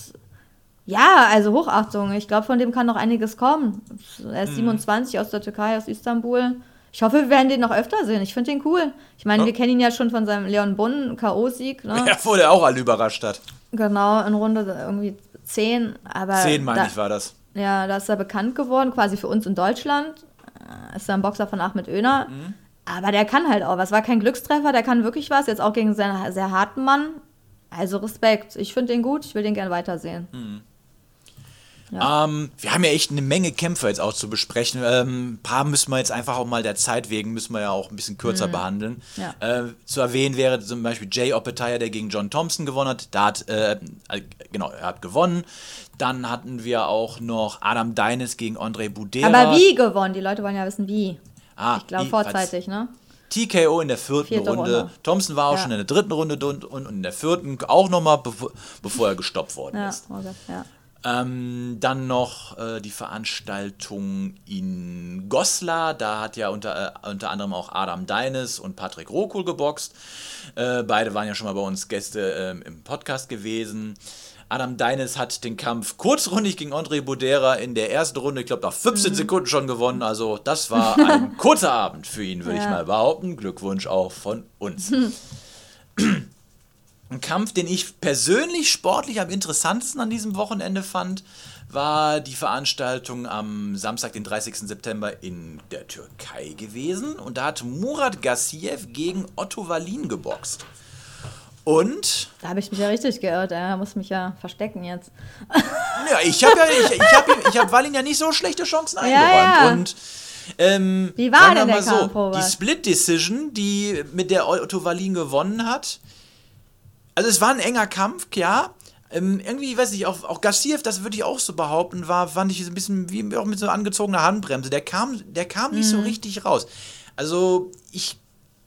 ja, also Hochachtung. Ich glaube, von dem kann noch einiges kommen. Er ist Mhm. siebenundzwanzig aus der Türkei, aus Istanbul. Ich hoffe, wir werden den noch öfter sehen. Ich finde den cool. Ich meine, Ja. wir kennen ihn ja schon von seinem Leon Bunn K O-Sieg. Ne? Ja, wo der auch alle überrascht hat. Genau, in Runde irgendwie zehn. Aber Zehn, meine da, ich, war das. Ja, da ist er bekannt geworden, quasi für uns in Deutschland. Äh, Ist er ein Boxer von Ahmed Öner. Mhm. Aber der kann halt auch was. War kein Glückstreffer, der kann wirklich was. Jetzt auch gegen seinen sehr harten Mann. Also Respekt. Ich finde den gut, ich will den gern weitersehen. Mhm. Ja. Ähm, wir haben ja echt eine Menge Kämpfe jetzt auch zu besprechen. Ähm, ein paar müssen wir jetzt einfach auch mal der Zeit wegen, müssen wir ja auch ein bisschen kürzer behandeln. Ja. Äh, zu erwähnen wäre zum Beispiel Jay Opetaia, der gegen John Thompson gewonnen hat. Da hat, äh, äh, genau, er hat gewonnen. Dann hatten wir auch noch Adam Deines gegen Andre Budera. Aber wie gewonnen? Die Leute wollen ja wissen, wie. Ah, Ich glaube wie- vorzeitig, ne? T K O in der vierten Vierte Runde. Runde. Thompson war auch Ja. schon in der dritten Runde und, und in der vierten auch nochmal, bevor, bevor er gestoppt worden Ja, ist. okay, ja. Ähm, dann noch äh, die Veranstaltung in Goslar. Da hat ja unter, äh, unter anderem auch Adam Deines und Patrick Rokohl geboxt. Äh, beide waren ja schon mal bei uns Gäste ähm, im Podcast gewesen. Adam Deines hat den Kampf kurzrundig gegen Andre Budera in der ersten Runde, ich glaube, nach fünfzehn Sekunden schon gewonnen. Also das war ein kurzer Abend für ihn, würde ich Ja. mal behaupten. Glückwunsch auch von uns. Ein Kampf, den ich persönlich sportlich am interessantesten an diesem Wochenende fand, war die Veranstaltung am Samstag, den dreißigsten September in der Türkei gewesen. Und da hat Murat Gassiev gegen Otto Wallin geboxt. Und, Da habe ich mich ja richtig geirrt. Er muss mich ja verstecken jetzt. ja, ich habe ja, ich, ich hab, ihm- ich hab Wallin ja nicht so schlechte Chancen Ja, eingeräumt. ja. Und, ähm, Wie war sagen wir denn der mal so, Kampf, Robert? die Split Decision, die mit der Otto Wallin gewonnen hat, also es war ein enger Kampf, ja. Ähm, irgendwie, weiß ich, auch, auch Gassiev, das würde ich auch so behaupten, war, fand ich so ein bisschen wie auch mit so angezogener Handbremse. Der kam, der kam nicht Mhm. so richtig raus. Also ich,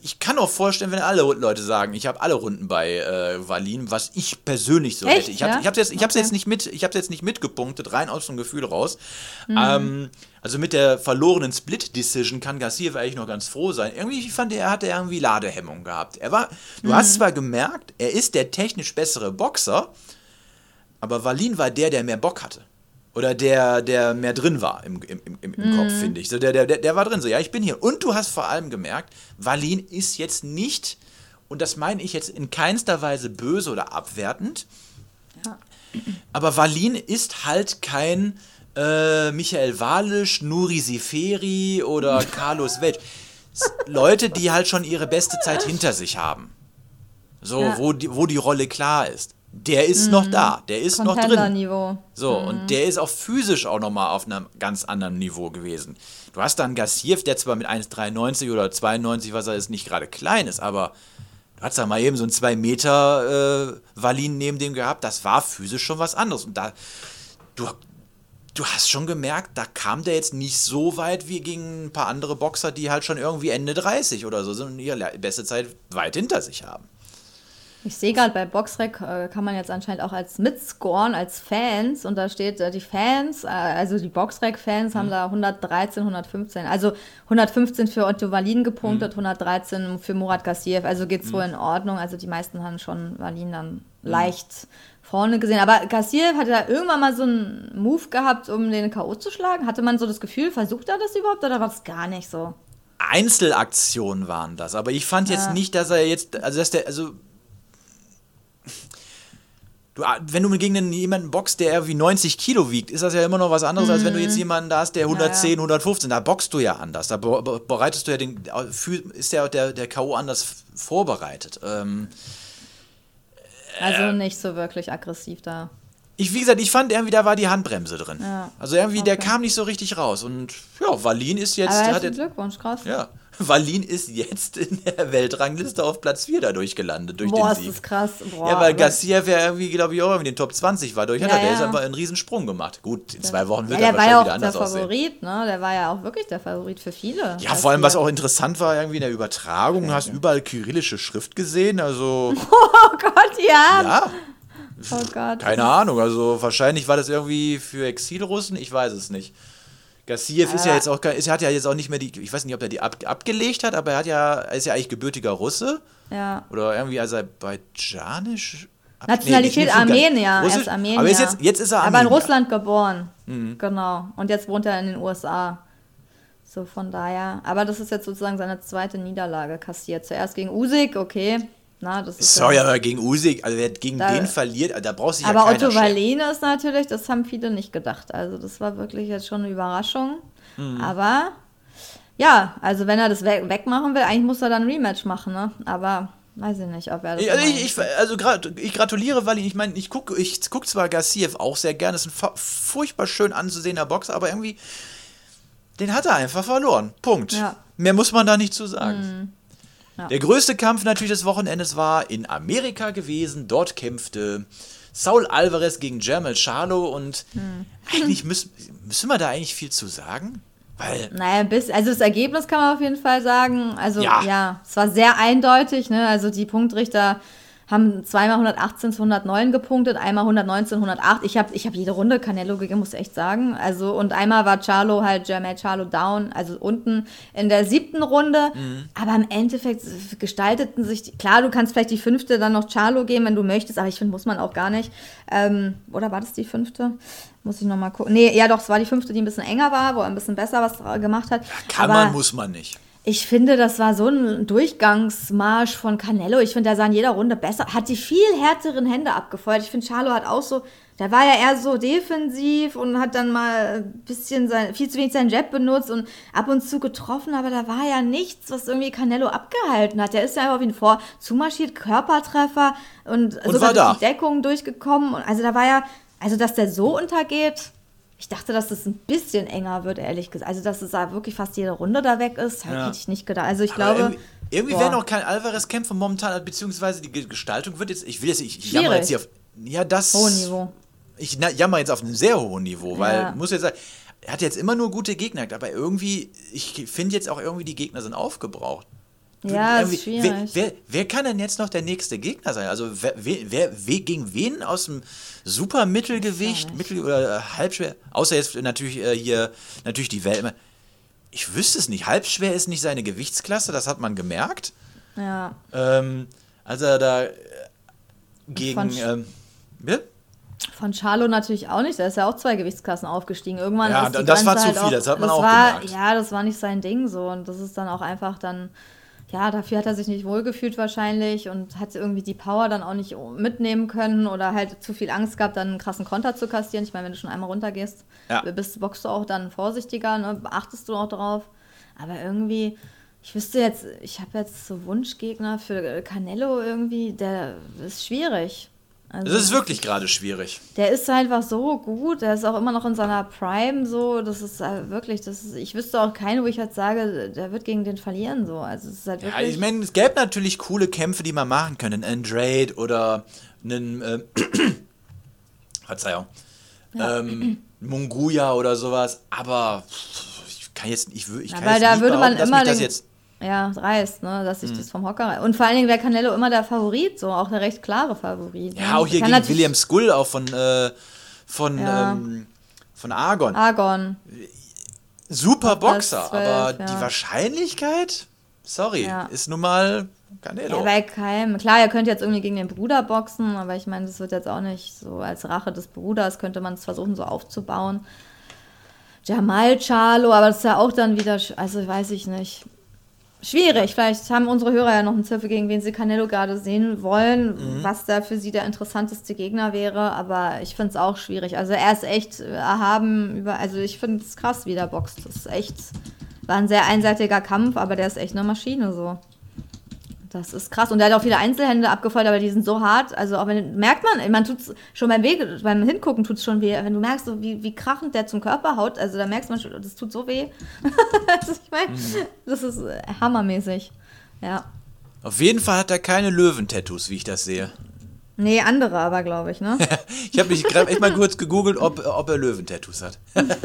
ich kann auch vorstellen, wenn alle Leute sagen, ich habe alle Runden bei äh, Wallin, was ich persönlich so Echt, hätte. Ich habe ja? ich hab's jetzt, ich hab's Okay. jetzt nicht mit, ich hab's jetzt nicht mitgepunktet, rein aus dem Gefühl raus. Ähm, also mit der verlorenen Split-Decision kann Gassiev eigentlich noch ganz froh sein. Irgendwie, ich fand, er hatte irgendwie Ladehemmung gehabt. Er war, du hast zwar gemerkt, er ist der technisch bessere Boxer, aber Wallin war der, der mehr Bock hatte. Oder der, der mehr drin war im, im, im, im Kopf, finde ich. So, der, der, der war drin, so, ja, ich bin hier. Und du hast vor allem gemerkt, Wallin ist jetzt nicht, und das meine ich jetzt in keinster Weise böse oder abwertend, Ja. aber Wallin ist halt kein äh, Michael Walisch, Nuri Seferi oder Carlos Welch. S- Leute, die halt schon ihre beste Zeit hinter sich haben. So, Ja. wo, die, wo die Rolle klar ist. Der ist noch da, der ist noch drin. Contender-Niveau. So, und der ist auch physisch auch nochmal auf einem ganz anderen Niveau gewesen. Du hast dann Gassiev, der zwar mit eins Komma dreiundneunzig oder zweiundneunzig, was er ist, nicht gerade klein ist, aber du hast da mal eben so einen zwei Meter äh, Wallin neben dem gehabt, das war physisch schon was anderes. Und da, du, du hast schon gemerkt, da kam der jetzt nicht so weit wie gegen ein paar andere Boxer, die halt schon irgendwie Ende dreißig oder so sind und ihre beste Zeit weit hinter sich haben. Ich sehe gerade, bei Boxrec äh, kann man jetzt anscheinend auch als mitscoren, als Fans. Und da steht, äh, die Fans, äh, also die Boxrec-Fans haben da hundertdreizehn, hundertfünfzehn. Also hundertfünfzehn für Otto Wallin gepunktet, hundertdreizehn für Murat Gassiev. Also geht's wohl in Ordnung. Also die meisten haben schon Wallin dann leicht vorne gesehen. Aber Gassiev hatte da irgendwann mal so einen Move gehabt, um den K O zu schlagen. Hatte man so das Gefühl, versucht er das überhaupt oder war das gar nicht so? Einzelaktionen waren das, aber ich fand jetzt Ja. nicht, dass er jetzt, also dass der, also du, wenn du gegen einen, jemanden boxst, der irgendwie neunzig Kilo wiegt, ist das ja immer noch was anderes, als wenn du jetzt jemanden da hast, der hundertzehn, Ja, ja. hundertfünfzehn, da boxst du ja anders, da be- be- bereitest du ja den, ist ja der, der K O anders f- vorbereitet. Ähm, Also nicht so wirklich aggressiv da. ich, wie gesagt, ich fand irgendwie, da war die Handbremse drin. Ja. Also irgendwie, der Okay. kam nicht so richtig raus und ja, Wallin ist jetzt, Aber hat herzlichen jetzt Glückwunsch, krass. ja, Wallin ist jetzt in der Weltrangliste auf Platz vier dadurch gelandet, durch Boah, den ist Sieg. das krass. Boah, Ja, weil aber- Gassiev ja irgendwie, glaube ich, auch in den Top zwanzig war. Durch hat Ja, er, der ja. ist einfach einen Riesensprung gemacht. Gut, in zwei Wochen wird ja, er der war wahrscheinlich ja auch wieder der anders aussehen. Favorit, ne? Der war ja auch wirklich der Favorit für viele. Ja, vor allem, was auch interessant war, irgendwie in der Übertragung, du hast überall kyrillische Schrift gesehen, also, Oh Gott, ja. ja, Oh Gott. keine Ahnung, also wahrscheinlich war das irgendwie für Exilrussen, ich weiß es nicht. Gassiev ist ja Aber- jetzt auch, ist, er hat ja jetzt auch nicht mehr die, ich weiß nicht, ob er die ab, abgelegt hat, aber er hat ja, er ist ja eigentlich gebürtiger Russe. Ja. Oder irgendwie aserbaidschanisch? Ab- Nationalität nicht so ganz- Armenier. Er Russisch? ist Armenier. Aber ist jetzt, jetzt ist er Aber Armenier. in Russland geboren. Mhm. Genau. Und jetzt wohnt er in den U S A. So von daher. Aber das ist jetzt sozusagen seine zweite Niederlage kassiert. Zuerst gegen Usyk, okay. Na, das ist Sorry, ja, aber gegen Usyk, also wer gegen Da- den verliert, da brauchst du sich aber ja keiner Otto schämen. Wallin ist natürlich, das haben viele nicht gedacht. Also das war wirklich jetzt schon eine Überraschung. Mhm. Aber ja, also wenn er das we wegmachen will, eigentlich muss er dann ein Rematch machen, ne? Aber weiß ich nicht, ob er das Ich, also, immer ich, ich, also gra- ich gratuliere Wallin. Ich meine, ich gucke ich guck zwar Gassiev auch sehr gerne, ist ein fu- furchtbar schön anzusehender Boxer, aber irgendwie, den hat er einfach verloren. Punkt. Ja. Mehr muss man da nicht zu sagen. Ja. Der größte Kampf natürlich des Wochenendes war in Amerika gewesen. Dort kämpfte Saul Alvarez gegen Jermell Charlo und eigentlich müssen, müssen wir da eigentlich viel zu sagen? Weil, Naja, bis, also das Ergebnis kann man auf jeden Fall sagen. Also Ja. ja, es war sehr eindeutig. Ne? Also die Punktrichter haben zweimal hundertachtzehn zu hundertneun gepunktet, einmal hundertneunzehn, hundertacht. Ich habe ich hab jede Runde Canelo gegeben, muss ich echt sagen. Also und einmal war Charlo halt, Jermell Charlo down, also unten in der siebten Runde. Aber im Endeffekt gestalteten sich, die, klar, du kannst vielleicht die fünfte dann noch Charlo geben, wenn du möchtest, aber ich finde, muss man auch gar nicht. Ähm, oder war das die fünfte? Muss ich nochmal gucken. Nee, ja doch, es war die fünfte, die ein bisschen enger war, wo er ein bisschen besser was dra- gemacht hat. kann aber man, muss man nicht. ich finde, das war so ein Durchgangsmarsch von Canelo. Ich finde, der sah in jeder Runde besser, hat die viel härteren Hände abgefeuert. Ich finde, Charlo hat auch so, der war ja eher so defensiv und hat dann mal ein bisschen sein, viel zu wenig seinen Jab benutzt und ab und zu getroffen, aber da war ja nichts, was irgendwie Canelo abgehalten hat. Der ist ja einfach auf ihn vor zumarschiert, Körpertreffer und, Und sogar war da. durch die Deckung durchgekommen. Und also da war ja, also dass der so untergeht. Ich dachte, dass es ein bisschen enger wird, ehrlich gesagt. Also, dass es da wirklich fast jede Runde da weg ist, Ja. hätte ich nicht gedacht. Also, ich Aber glaube. irgendwie, irgendwie boah. werden auch kein Alvarez-Kämpfer momentan, beziehungsweise die Ge- Gestaltung wird jetzt, ich will jetzt, ich, ich Schwierig. jammer jetzt hier auf, ja, das, Hohes Niveau. ich na, jammer jetzt auf einem sehr hohen Niveau, weil, Ja. ich muss jetzt sagen, er hat jetzt immer nur gute Gegner, aber irgendwie, ich finde jetzt auch irgendwie, die Gegner sind aufgebraucht. Ja, irgendwie- ist schwierig. Wer, wer, wer kann denn jetzt noch der nächste Gegner sein? Also wer, wer, wer, wer gegen wen aus dem Supermittelgewicht, Mittel- oder äh, Halbschwer? Außer jetzt natürlich äh, hier, natürlich die Welt. Ich wüsste es nicht. Halbschwer ist nicht seine Gewichtsklasse, das hat man gemerkt. Ja. Ähm, als er da äh, gegen. Von Sch- Ähm, bitte? Von Charlo natürlich auch nicht. Der ist ja auch zwei Gewichtsklassen aufgestiegen. Irgendwann Ja, ist die und das war Grenze zu halt viel, auch, das hat man auch war, gemerkt. Ja, das war nicht sein Ding so. Und das ist dann auch einfach dann, ja, dafür hat er sich nicht wohlgefühlt wahrscheinlich und hat irgendwie die Power dann auch nicht mitnehmen können oder halt zu viel Angst gehabt, dann einen krassen Konter zu kassieren. Ich meine, wenn du schon einmal runtergehst, Ja. bist, boxst du auch dann vorsichtiger, ne? Achtest du auch drauf. Aber irgendwie, ich wüsste jetzt, ich habe jetzt so Wunschgegner für Canelo irgendwie, der ist schwierig. Also, Das ist wirklich gerade schwierig. der ist einfach so gut, der ist auch immer noch in seiner Prime so, das ist halt wirklich, das ist, ich wüsste auch keinen, wo ich halt sage, der wird gegen den verlieren so, also es ist halt Ja, wirklich, ich meine, es gäbe natürlich coole Kämpfe, die man machen könnte. Ein Andrade oder einen, äh, Verzeihung, ähm, Munguia oder sowas, aber ich kann jetzt, ich, wür- ich kann aber jetzt da nicht würde man behaupten, dass immer mich das den, jetzt, ja, reißt, ne, dass sich Mhm. das vom Hocker reißt. Und vor allen Dingen wäre Canelo immer der Favorit, so, auch der recht klare Favorit. ja, ne? auch hier Kann gegen natürlich- William Skull, auch von, äh, von, Ja. ähm, von Argon. Argon, Super Boxer, Platz zwölf, aber ja. die Wahrscheinlichkeit, sorry, Ja. ist nun mal Canelo. ja, bei keinem, klar, er könnte jetzt irgendwie gegen den Bruder boxen, aber ich meine, das wird jetzt auch nicht so als Rache des Bruders, könnte man es versuchen so aufzubauen. Jamal Charlo, aber das ist ja auch dann wieder, sch- also weiß ich nicht. Schwierig, vielleicht haben unsere Hörer ja noch einen Tipp, gegen wen sie Canelo gerade sehen wollen, Mhm. was da für sie der interessanteste Gegner wäre, aber ich finde es auch schwierig. Also er ist echt erhaben, über, also ich finde es krass, wie der boxt. Das ist echt, war ein sehr einseitiger Kampf, aber der ist echt eine Maschine so. Das ist krass. Und der hat auch viele Einzelhände abgefeuert, aber die sind so hart. Also auch wenn, merkt man, man tut's schon beim Weg, beim Hingucken tut es schon weh. Wenn du merkst, so wie, wie krachend der zum Körper haut, also da merkst man schon, das tut so weh. Also ich meine, das ist äh, hammermäßig. Ja. Auf jeden Fall hat er keine Löwentattoos, wie ich das sehe. Nee, andere aber, glaube ich, ne? Ich habe mich gerade echt mal kurz gegoogelt, ob, ob er Löwentattoos hat.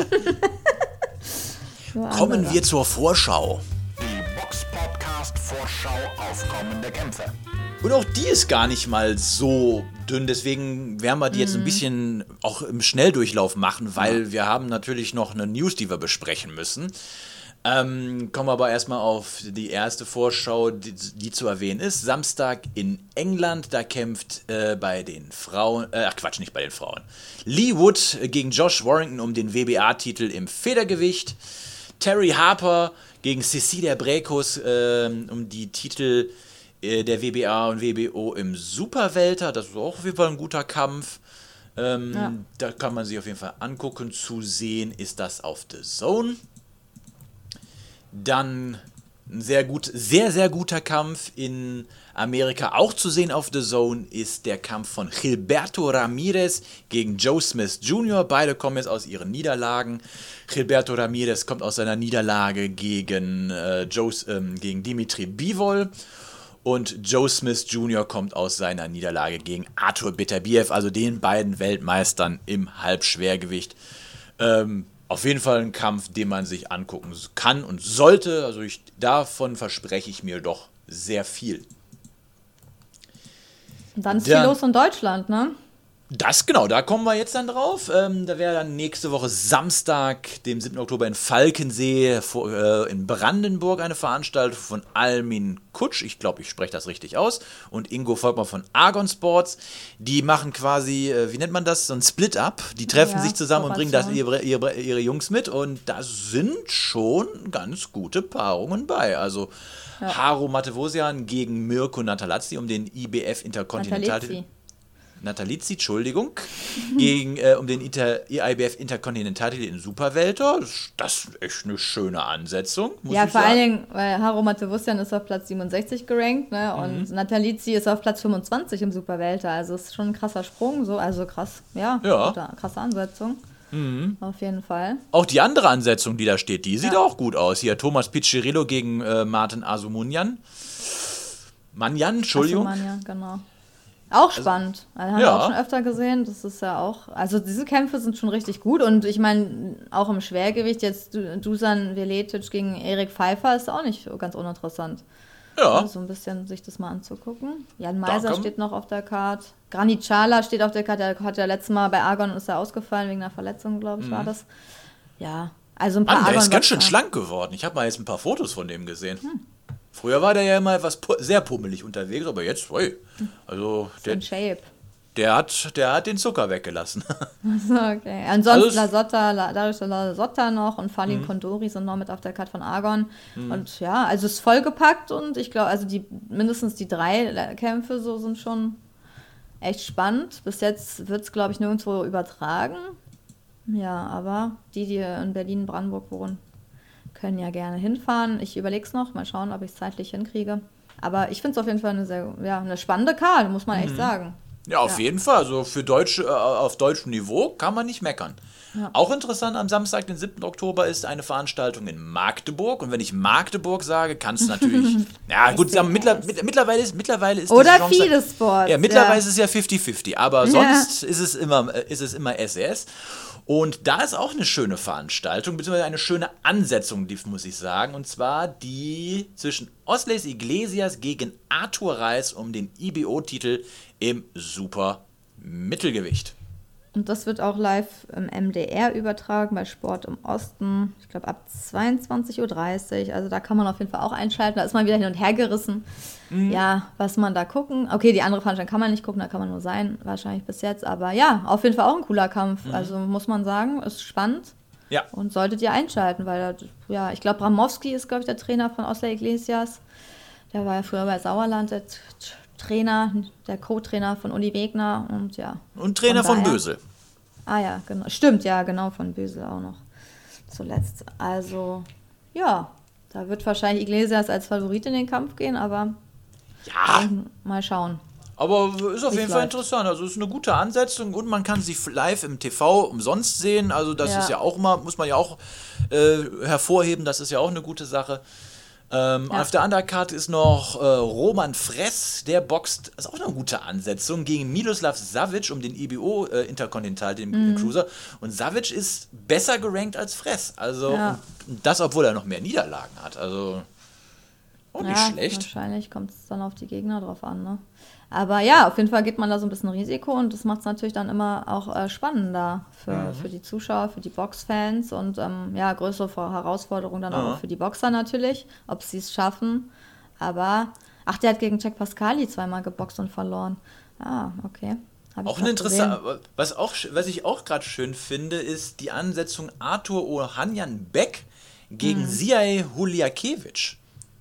Nur Kommen andere. wir zur Vorschau. Die Box-Podcast-Vorschau auf kommende Kämpfe. Und auch die ist gar nicht mal so dünn, deswegen werden wir die jetzt ein bisschen auch im Schnelldurchlauf machen, weil wir haben natürlich noch eine News, die wir besprechen müssen. Ähm, kommen wir aber erstmal auf die erste Vorschau, die, die zu erwähnen ist. Samstag in England, da kämpft äh, bei den Frauen, äh, ach Quatsch, nicht bei den Frauen. Lee Wood gegen Josh Warrington um den W B A-Titel im Federgewicht. Terry Harper gegen Cecilia Brækhus äh, um die Titel äh, der W B A und W B O im Superwelter. Das ist auch auf jeden Fall ein guter Kampf. Ähm, Ja. Da kann man sich auf jeden Fall angucken. Zu sehen ist das auf The Zone. Dann ein sehr gut, sehr, sehr guter Kampf in Amerika, auch zu sehen auf The Zone, ist der Kampf von Gilberto Ramirez gegen Joe Smith Junior Beide kommen jetzt aus ihren Niederlagen. Gilberto Ramirez kommt aus seiner Niederlage gegen, äh, Joe, ähm, gegen Dimitri Bivol. Und Joe Smith Junior kommt aus seiner Niederlage gegen Arthur Beterbiev, also den beiden Weltmeistern im Halbschwergewicht. Ähm, Auf jeden Fall ein Kampf, den man sich angucken kann und sollte. Also ich, davon verspreche ich mir doch sehr viel. Und dann ist Dann- viel los in Deutschland, ne? Das genau, da kommen wir jetzt dann drauf. Ähm, da wäre dann nächste Woche Samstag, dem siebten Oktober in Falkensee, vor, äh, in Brandenburg eine Veranstaltung von Almin Kutsch. Ich glaube, ich spreche das richtig aus. Und Ingo Volkmann von Argon Sports. Die machen quasi, äh, wie nennt man das, so ein Split-Up. Die treffen Ja, sich zusammen und bringen das Kooperation. ihre, ihre, ihre Jungs mit. Und da sind schon ganz gute Paarungen bei. Also Haro Matevosian gegen Mirko Natalazzi um den I B F Intercontinental. Natalizzi. Natalizzi, Entschuldigung, gegen, äh, um den Inter, I B F Interkontinentaltitel in Superwelter. Das, das ist echt eine schöne Ansetzung, muss Ja, ich vor sagen. allen Dingen, weil Haro Matevosyan ist auf Platz siebenundsechzig gerankt, ne? Und Mhm. Natalizzi ist auf Platz fünfundzwanzig im Superwelter. Also ist schon ein krasser Sprung, so, also krass, ja, Ja. gute, krasse Ansetzung. Auf jeden Fall. Auch die andere Ansetzung, die da steht, die sieht Ja. auch gut aus. Hier Thomas Piccirillo gegen äh, Martin Asumunyan. Manjan, Entschuldigung. Ach so, Mann, ja, genau. Auch spannend. Also, haben ja. wir auch schon öfter gesehen. Das ist ja auch, also diese Kämpfe sind schon richtig gut. Und ich meine, auch im Schwergewicht, jetzt Du- Dusan Veletic gegen Erik Pfeiffer ist auch nicht ganz uninteressant. Ja. Also so ein bisschen sich das mal anzugucken. Jan Meiser kann- steht noch auf der Karte. Granit Xhaka steht auf der Karte. Der hat ja letztes Mal bei Argon ist er ausgefallen wegen einer Verletzung, glaube ich, war das. Ja, also ein paar Mann, der ist Argon- ganz schön schlank geworden. Ich habe mal jetzt ein paar Fotos von dem gesehen. Früher war der ja immer etwas pu- sehr pummelig unterwegs, aber jetzt, ui, also der, in Shape. der, hat, der hat den Zucker weggelassen. So, okay. Ansonsten Also es- Lasotta, La- Darius Lasotta noch und Falin Mhm. Kondori sind noch mit auf der Karte von Argon. Und ja, also es ist vollgepackt und ich glaube, also die mindestens die drei Kämpfe so sind schon echt spannend. Bis jetzt wird es, glaube ich, nirgendwo übertragen. Ja, aber die, die in Berlin, Brandenburg wohnen, können ja gerne hinfahren. Ich überlege es noch, mal schauen, ob ich es zeitlich hinkriege. Aber ich finde es auf jeden Fall eine sehr, ja, eine spannende Karte, muss man echt sagen. Ja, auf Ja. jeden Fall. Also für Deutsch, äh, auf deutschem Niveau kann man nicht meckern. Ja. Auch interessant, am Samstag, den siebten Oktober, ist eine Veranstaltung in Magdeburg. Und wenn ich Magdeburg sage, kannst du natürlich. Ja, gut, sagen, mittler, mit, mittlerweile ist, mittlerweile ist Oder diese Chance- viele Sports. Ja, mittlerweile ja. ist es ja fünfzig fünfzig. Aber sonst ist es immer, ist es immer S S. Und da ist auch eine schöne Veranstaltung, beziehungsweise eine schöne Ansetzung, die muss ich sagen. Und zwar die zwischen Osleis Iglesias gegen Arthur Reis um den I B O-Titel im Super-Mittelgewicht. Und das wird auch live im M D R übertragen bei Sport im Osten. Ich glaube ab zweiundzwanzig Uhr dreißig. Also da kann man auf jeden Fall auch einschalten. Da ist man wieder hin und her gerissen. Ja, was man da gucken. Okay, die andere Veranstaltung kann man nicht gucken, da kann man nur sein, wahrscheinlich bis jetzt. Aber ja, auf jeden Fall auch ein cooler Kampf. Also muss man sagen, ist spannend. Ja. Und solltet ihr einschalten, weil, da, ja, ich glaube, Bramowski ist, glaube ich, der Trainer von Osley Iglesias. Der war ja früher bei Sauerland der T- T- Trainer, der Co-Trainer von Uli Wegner und ja. Und Trainer von, daher- Bösel. Ah ja, genau. Stimmt, ja, genau, von Bösel auch noch. Zuletzt. Also, ja, da wird wahrscheinlich Iglesias als Favorit in den Kampf gehen, aber Ja, mal schauen. aber ist auf Wie jeden es Fall läuft. interessant. Also es ist eine gute Ansetzung und man kann sie live im T V umsonst sehen. Also das Ja. ist ja auch mal, muss man ja auch äh, hervorheben, das ist ja auch eine gute Sache. Ähm, Ja. Auf der Undercard ist noch äh, Roman Fress, der boxt, ist auch eine gute Ansetzung, gegen Miloslav Savic um den I B O äh, Intercontinental, den Mhm. Cruiser. Und Savic ist besser gerankt als Fress. Also Ja. und das, obwohl er noch mehr Niederlagen hat. Also auch nicht ja, schlecht. wahrscheinlich kommt es dann auf die Gegner drauf an, ne? Aber ja, auf jeden Fall geht man da so ein bisschen Risiko und das macht es natürlich dann immer auch äh, spannender für, für die Zuschauer, für die Boxfans und ähm, ja, größere Vor- Herausforderung dann Ja. auch für die Boxer natürlich, ob sie es schaffen. Aber, ach, der hat gegen Jack Pascali zweimal geboxt und verloren. Ah, okay. Hab ich Auch grad ein interessant, gesehen. was, auch, was ich auch gerade schön finde, ist die Ansetzung Arthur Ohanjan Beck gegen Mhm. Ziai Huliakewicz.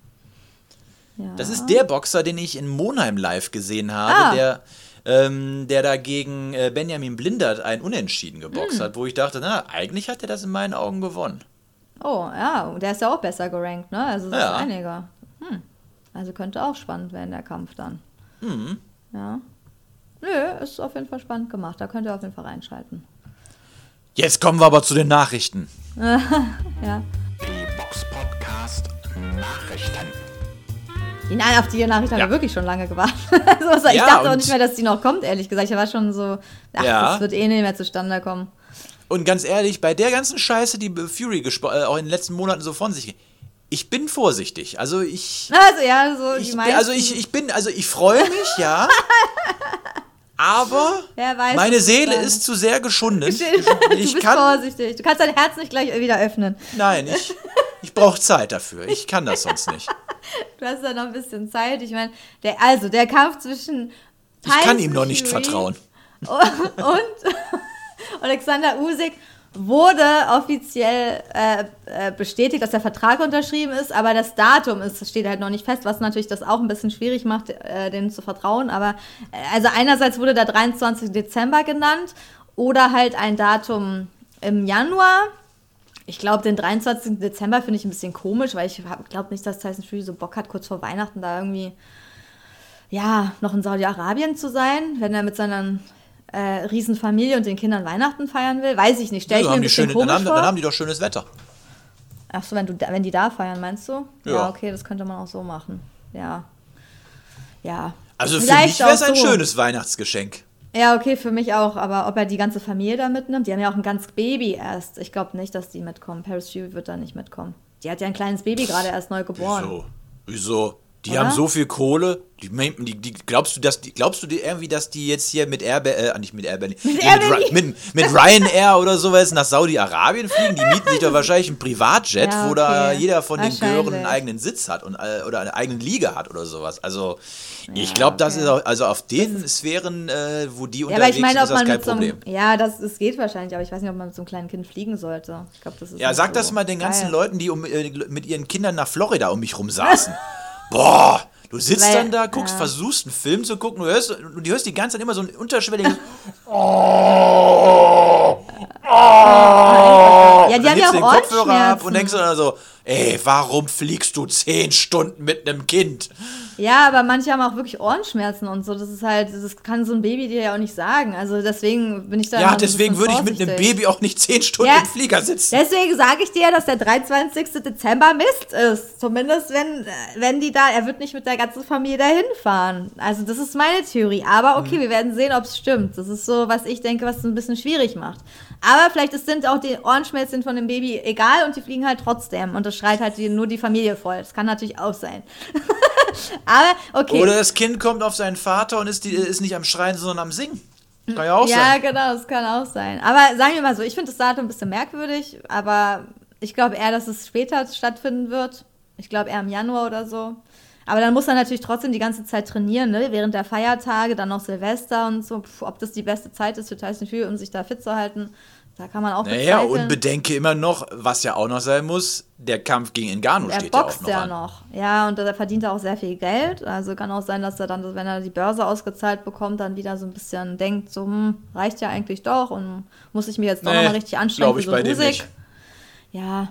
Ja. Das ist der Boxer, den ich in Monheim live gesehen habe, Ah. der, ähm, der da gegen äh, Benjamin Blindert ein Unentschieden geboxt Hm. hat, wo ich dachte, na, eigentlich hat er das in meinen Augen gewonnen. Oh, ja, und der ist ja auch besser gerankt, ne? Also das Ja. ist einiger. Hm. Also könnte auch spannend werden, der Kampf dann. Mhm. Ja. Nö, ist auf jeden Fall spannend gemacht. Da könnt ihr auf jeden Fall reinschalten. Jetzt kommen wir aber zu den Nachrichten. Ja. Die Box Podcast Nachrichten. Die, nein, auf die Nachricht haben Ja. wir wirklich schon lange gewartet. Also, ich Ja, dachte auch und- nicht mehr, dass die noch kommt, ehrlich gesagt. Ich war schon so, ach, Ja. das wird eh nicht mehr zustande kommen. Und ganz ehrlich, bei der ganzen Scheiße, die Fury gespo- äh, auch in den letzten Monaten so von sich, ich bin vorsichtig. Also ich, Also ja, so die ich meisten. also ich, ich bin, also ich freue mich, ja. Aber Wer weiß, meine was Seele dann- ist zu sehr geschunden. Ich, du ich bist kann, vorsichtig. Du kannst dein Herz nicht gleich wieder öffnen. nein, ich, ich brauche Zeit dafür. Ich kann das sonst nicht. Du hast da noch ein bisschen Zeit. Ich meine, der, also der Kampf zwischen Ich kann Tyson ihm noch nicht Fury vertrauen. und Alexander Usyk wurde offiziell äh, äh, bestätigt, dass der Vertrag unterschrieben ist, aber das Datum ist, steht halt noch nicht fest, was natürlich das auch ein bisschen schwierig macht, äh, denen zu vertrauen. Aber äh, also einerseits wurde der dreiundzwanzigsten Dezember genannt oder halt ein Datum im Januar. Ich glaube, den dreiundzwanzigsten Dezember finde ich ein bisschen komisch, weil ich glaube nicht, dass Tyson Fury so Bock hat, kurz vor Weihnachten da irgendwie ja, noch in Saudi-Arabien zu sein, wenn er mit seiner äh, Riesenfamilie und den Kindern Weihnachten feiern will. Weiß ich nicht, stell ich Ja, mir haben ein die bisschen schöne, dann, komisch haben, vor. dann haben die doch schönes Wetter. Ach so, wenn, du da, wenn die da feiern, meinst du? Ja. Ja. okay, das könnte man auch so machen. Ja. Ja. Also für Vielleicht mich wäre es auch ein so. schönes Weihnachtsgeschenk. Ja, okay, für mich auch. Aber ob er die ganze Familie da mitnimmt? Die haben ja auch ein ganz Baby erst. Ich glaube nicht, dass die mitkommen. Paris Fury wird da nicht mitkommen. Die hat ja ein kleines Baby gerade erst neu geboren. Wieso? Wieso? Die oder? haben so viel Kohle. Die, die, die, glaubst du, dass die, glaubst du die irgendwie, dass die jetzt hier mit Air, äh, nicht mit Air Berlin, Mit nee, Air mit, Berlin. Ry- mit, mit Ryanair oder sowas nach Saudi-Arabien fliegen? Die mieten sich doch wahrscheinlich einen Privatjet, Ja, wo da okay. jeder von den Gören einen Wahrscheinlich. eigenen Sitz hat und, äh, oder eine eigene Liga hat oder sowas. Also ich Ja, glaube, das okay. ist auch, also auf den Sphären, äh, wo die Ja, aber unterwegs ich meine, sind, ob ist das man kein mit so Problem. einem, ja, das, das geht wahrscheinlich, aber ich weiß nicht, ob man mit so einem kleinen Kind fliegen sollte. Ich glaube, das ist Ja, nicht sag so das mal den ganzen geil. Leuten, die um, äh, mit ihren Kindern nach Florida um mich rum saßen. Boah, du sitzt Weil- dann da, guckst, ja. versuchst einen Film zu gucken, du hörst, du hörst die ganze Zeit immer so ein unterschwelliges Ja, die dann haben ja hebst du auch den Kopfhörer ab und Ohrenschmerzen. denkst dann so, ey, warum fliegst du zehn Stunden mit einem Kind? Ja, aber manche haben auch wirklich Ohrenschmerzen und so. Das ist halt, das kann so ein Baby dir ja auch nicht sagen. Also deswegen bin ich da immer Ja, so ein deswegen bisschen würde ich mit einem vorsichtig. Baby auch nicht zehn Stunden Ja. im Flieger sitzen. Deswegen sage ich dir, dass der dreiundzwanzigste Dezember Mist ist. Zumindest wenn, wenn die da, er wird nicht mit der ganzen Familie dahin fahren. Also das ist meine Theorie. Aber okay, wir werden sehen, ob es stimmt. Das ist so, was ich denke, was es ein bisschen schwierig macht. Aber vielleicht ist- sind auch die Ohrenschmerzen von dem Baby egal und die fliegen halt trotzdem. Und das schreit halt die, nur die Familie voll. Das kann natürlich auch sein. Aber okay. Oder das Kind kommt auf seinen Vater und ist, die, ist nicht am Schreien, sondern am Singen. Kann ja auch Ja, sein. genau, das kann auch sein. Aber sagen wir mal so, ich finde das Datum ein bisschen merkwürdig, aber ich glaube eher, dass es später stattfinden wird. Ich glaube eher im Januar oder so. Aber dann muss er natürlich trotzdem die ganze Zeit trainieren, ne? Während der Feiertage, dann noch Silvester und so. Puh, ob das die beste Zeit ist für Tyson Fury, um sich da fit zu halten, da kann man auch Naja, bezweifeln. und bedenke immer noch, was ja auch noch sein muss, der Kampf gegen Ngannou Er steht ja auch boxt noch ja an. noch. Ja, und da verdient er auch sehr viel Geld. Also kann auch sein, dass er dann, wenn er die Börse ausgezahlt bekommt, dann wieder so ein bisschen denkt, so, hm, reicht ja eigentlich doch und muss ich mir jetzt doch Nee, nochmal richtig anstrengen glaub für ich so bei einen dem Usyk. nicht. Ja,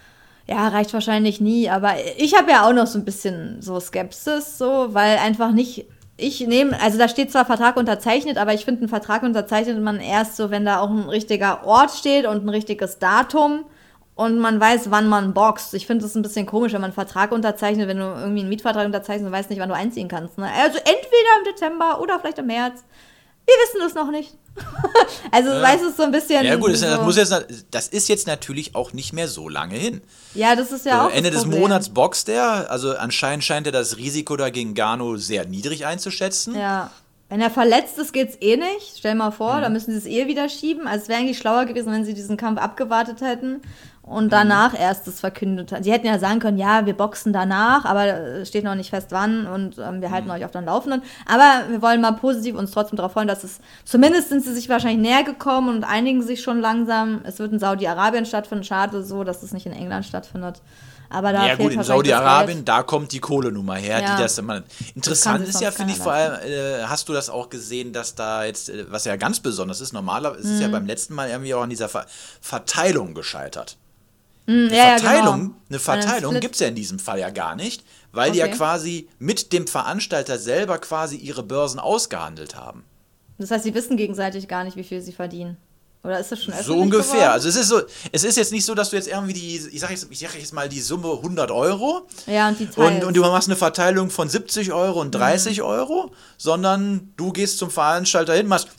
ja, reicht wahrscheinlich nie. Aber ich habe ja auch noch so ein bisschen so Skepsis, so, weil einfach nicht. Ich nehme, also da steht zwar Vertrag unterzeichnet, aber ich finde, einen Vertrag unterzeichnet man erst so, wenn da auch ein richtiger Ort steht und ein richtiges Datum und man weiß, wann man boxt. Ich finde das ein bisschen komisch, wenn man einen Vertrag unterzeichnet, wenn du irgendwie einen Mietvertrag unterzeichnest und weißt nicht, wann du einziehen kannst. Ne? Also entweder im Dezember oder vielleicht im März. Wir wissen es noch nicht. Also, ja. Weißt du, so ein bisschen. Ja gut, das, so, das, muss jetzt, das ist jetzt natürlich auch nicht mehr so lange hin. Ja, das ist ja Äh, auch Ende das des Problem. Monats boxt er, also anscheinend scheint er das Risiko da gegen Ngannou sehr niedrig einzuschätzen. Ja. Wenn er verletzt ist, geht's eh nicht. Stell mal vor, Mhm. da müssen sie es eh wieder schieben. Also es wäre eigentlich schlauer gewesen, wenn sie diesen Kampf abgewartet hätten und danach Mhm. erst das verkündet hätten. Sie hätten ja sagen können, ja, wir boxen danach, aber es steht noch nicht fest, wann und ähm, wir Mhm. halten euch auf dem Laufenden. Aber wir wollen mal positiv uns trotzdem darauf freuen, dass es, zumindest sind sie sich wahrscheinlich näher gekommen und einigen sich schon langsam. Es wird in Saudi-Arabien stattfinden. Schade so, dass es nicht in England stattfindet. Aber da Ja fehlt gut, in wahrscheinlich das Saudi-Arabien, Geld. da kommt die Kohlenummer her, Ja. die das immer. Interessant sich ist ja, sonst finde ich, keiner vor allem, äh, hast du das auch gesehen, dass da jetzt, äh, was ja ganz besonders ist, normalerweise ist es Mhm. ja beim letzten Mal irgendwie auch an dieser Ver Verteilung gescheitert. Hm, Eine ja, ja, Verteilung, genau. eine Verteilung Split- gibt es ja in diesem Fall ja gar nicht, weil die ja Okay. quasi mit dem Veranstalter selber quasi ihre Börsen ausgehandelt haben. Das heißt, sie wissen gegenseitig gar nicht, wie viel sie verdienen. Oder ist das schon öffentlich So ungefähr. geworden? Also es ist so, es ist jetzt nicht so, dass du jetzt irgendwie die, ich sag jetzt, ich sag jetzt mal die Summe hundert Euro Ja, und die und, Teils. und du machst eine Verteilung von siebzig Euro und dreißig Mhm. Euro, sondern du gehst zum Veranstalter hin, machst.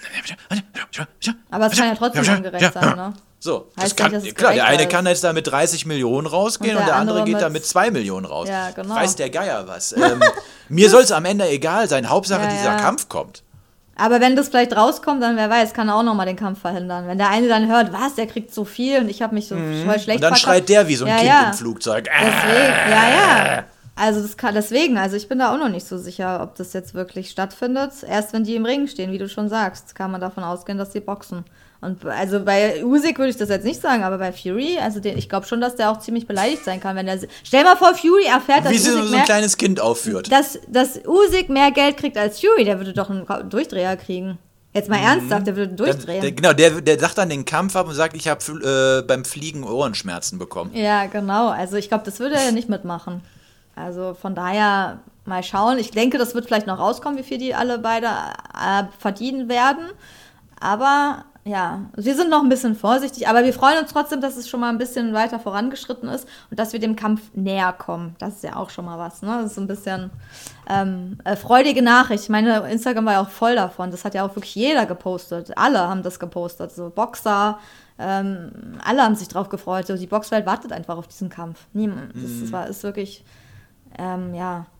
Aber es kann ja trotzdem ungerecht sein, ne? So, das Heißt kann, nicht, dass es klar, der gerecht eine ist. kann jetzt da mit dreißig Millionen rausgehen Und und der der andere andere geht da mit- mit zwei Millionen raus. Ja, genau. Weiß der Geier was. Ähm, mir soll es am Ende egal sein. Hauptsache, Ja, dieser ja. Kampf kommt. Aber wenn das vielleicht rauskommt, dann wer weiß, kann er auch nochmal den Kampf verhindern. Wenn der eine dann hört, was, der kriegt so viel und ich habe mich so voll schlecht Mhm. Und dann verkauft. schreit der wie so ein Ja, Kind ja. im Flugzeug. Deswegen, ja, ja. Also das kann, deswegen, also ich bin da auch noch nicht so sicher, ob das jetzt wirklich stattfindet. Erst wenn die im Ring stehen, wie du schon sagst, kann man davon ausgehen, dass die boxen. Und also bei Usyk würde ich das jetzt nicht sagen, aber bei Fury, also den, ich glaube schon, dass der auch ziemlich beleidigt sein kann, wenn der. Stell mal vor, Fury erfährt, dass Wie sie so Usyk ein mehr, kleines Kind aufführt. dass, dass Usyk mehr Geld kriegt als Fury, der würde doch einen Ko- Durchdreher kriegen. Jetzt mal ernsthaft, der würde einen Dann, durchdrehen. der, genau, der, der sagt dann den Kampf ab und sagt, ich habe äh, beim Fliegen Ohrenschmerzen bekommen. Ja, genau. Also ich glaube, das würde er nicht mitmachen. Also von daher mal schauen. Ich denke, das wird vielleicht noch rauskommen, wie viel die alle beide äh, verdienen werden. Aber ja, wir sind noch ein bisschen vorsichtig. Aber wir freuen uns trotzdem, dass es schon mal ein bisschen weiter vorangeschritten ist und dass wir dem Kampf näher kommen. Das ist ja auch schon mal was. Ne? Das ist so ein bisschen ähm, äh, freudige Nachricht. Ich meine, Instagram war ja auch voll davon. Das hat ja auch wirklich jeder gepostet. Alle haben das gepostet. So Boxer, ähm, alle haben sich drauf gefreut. So, die Boxwelt wartet einfach auf diesen Kampf. Niemand. Das, das war, ist wirklich, ähm, ja,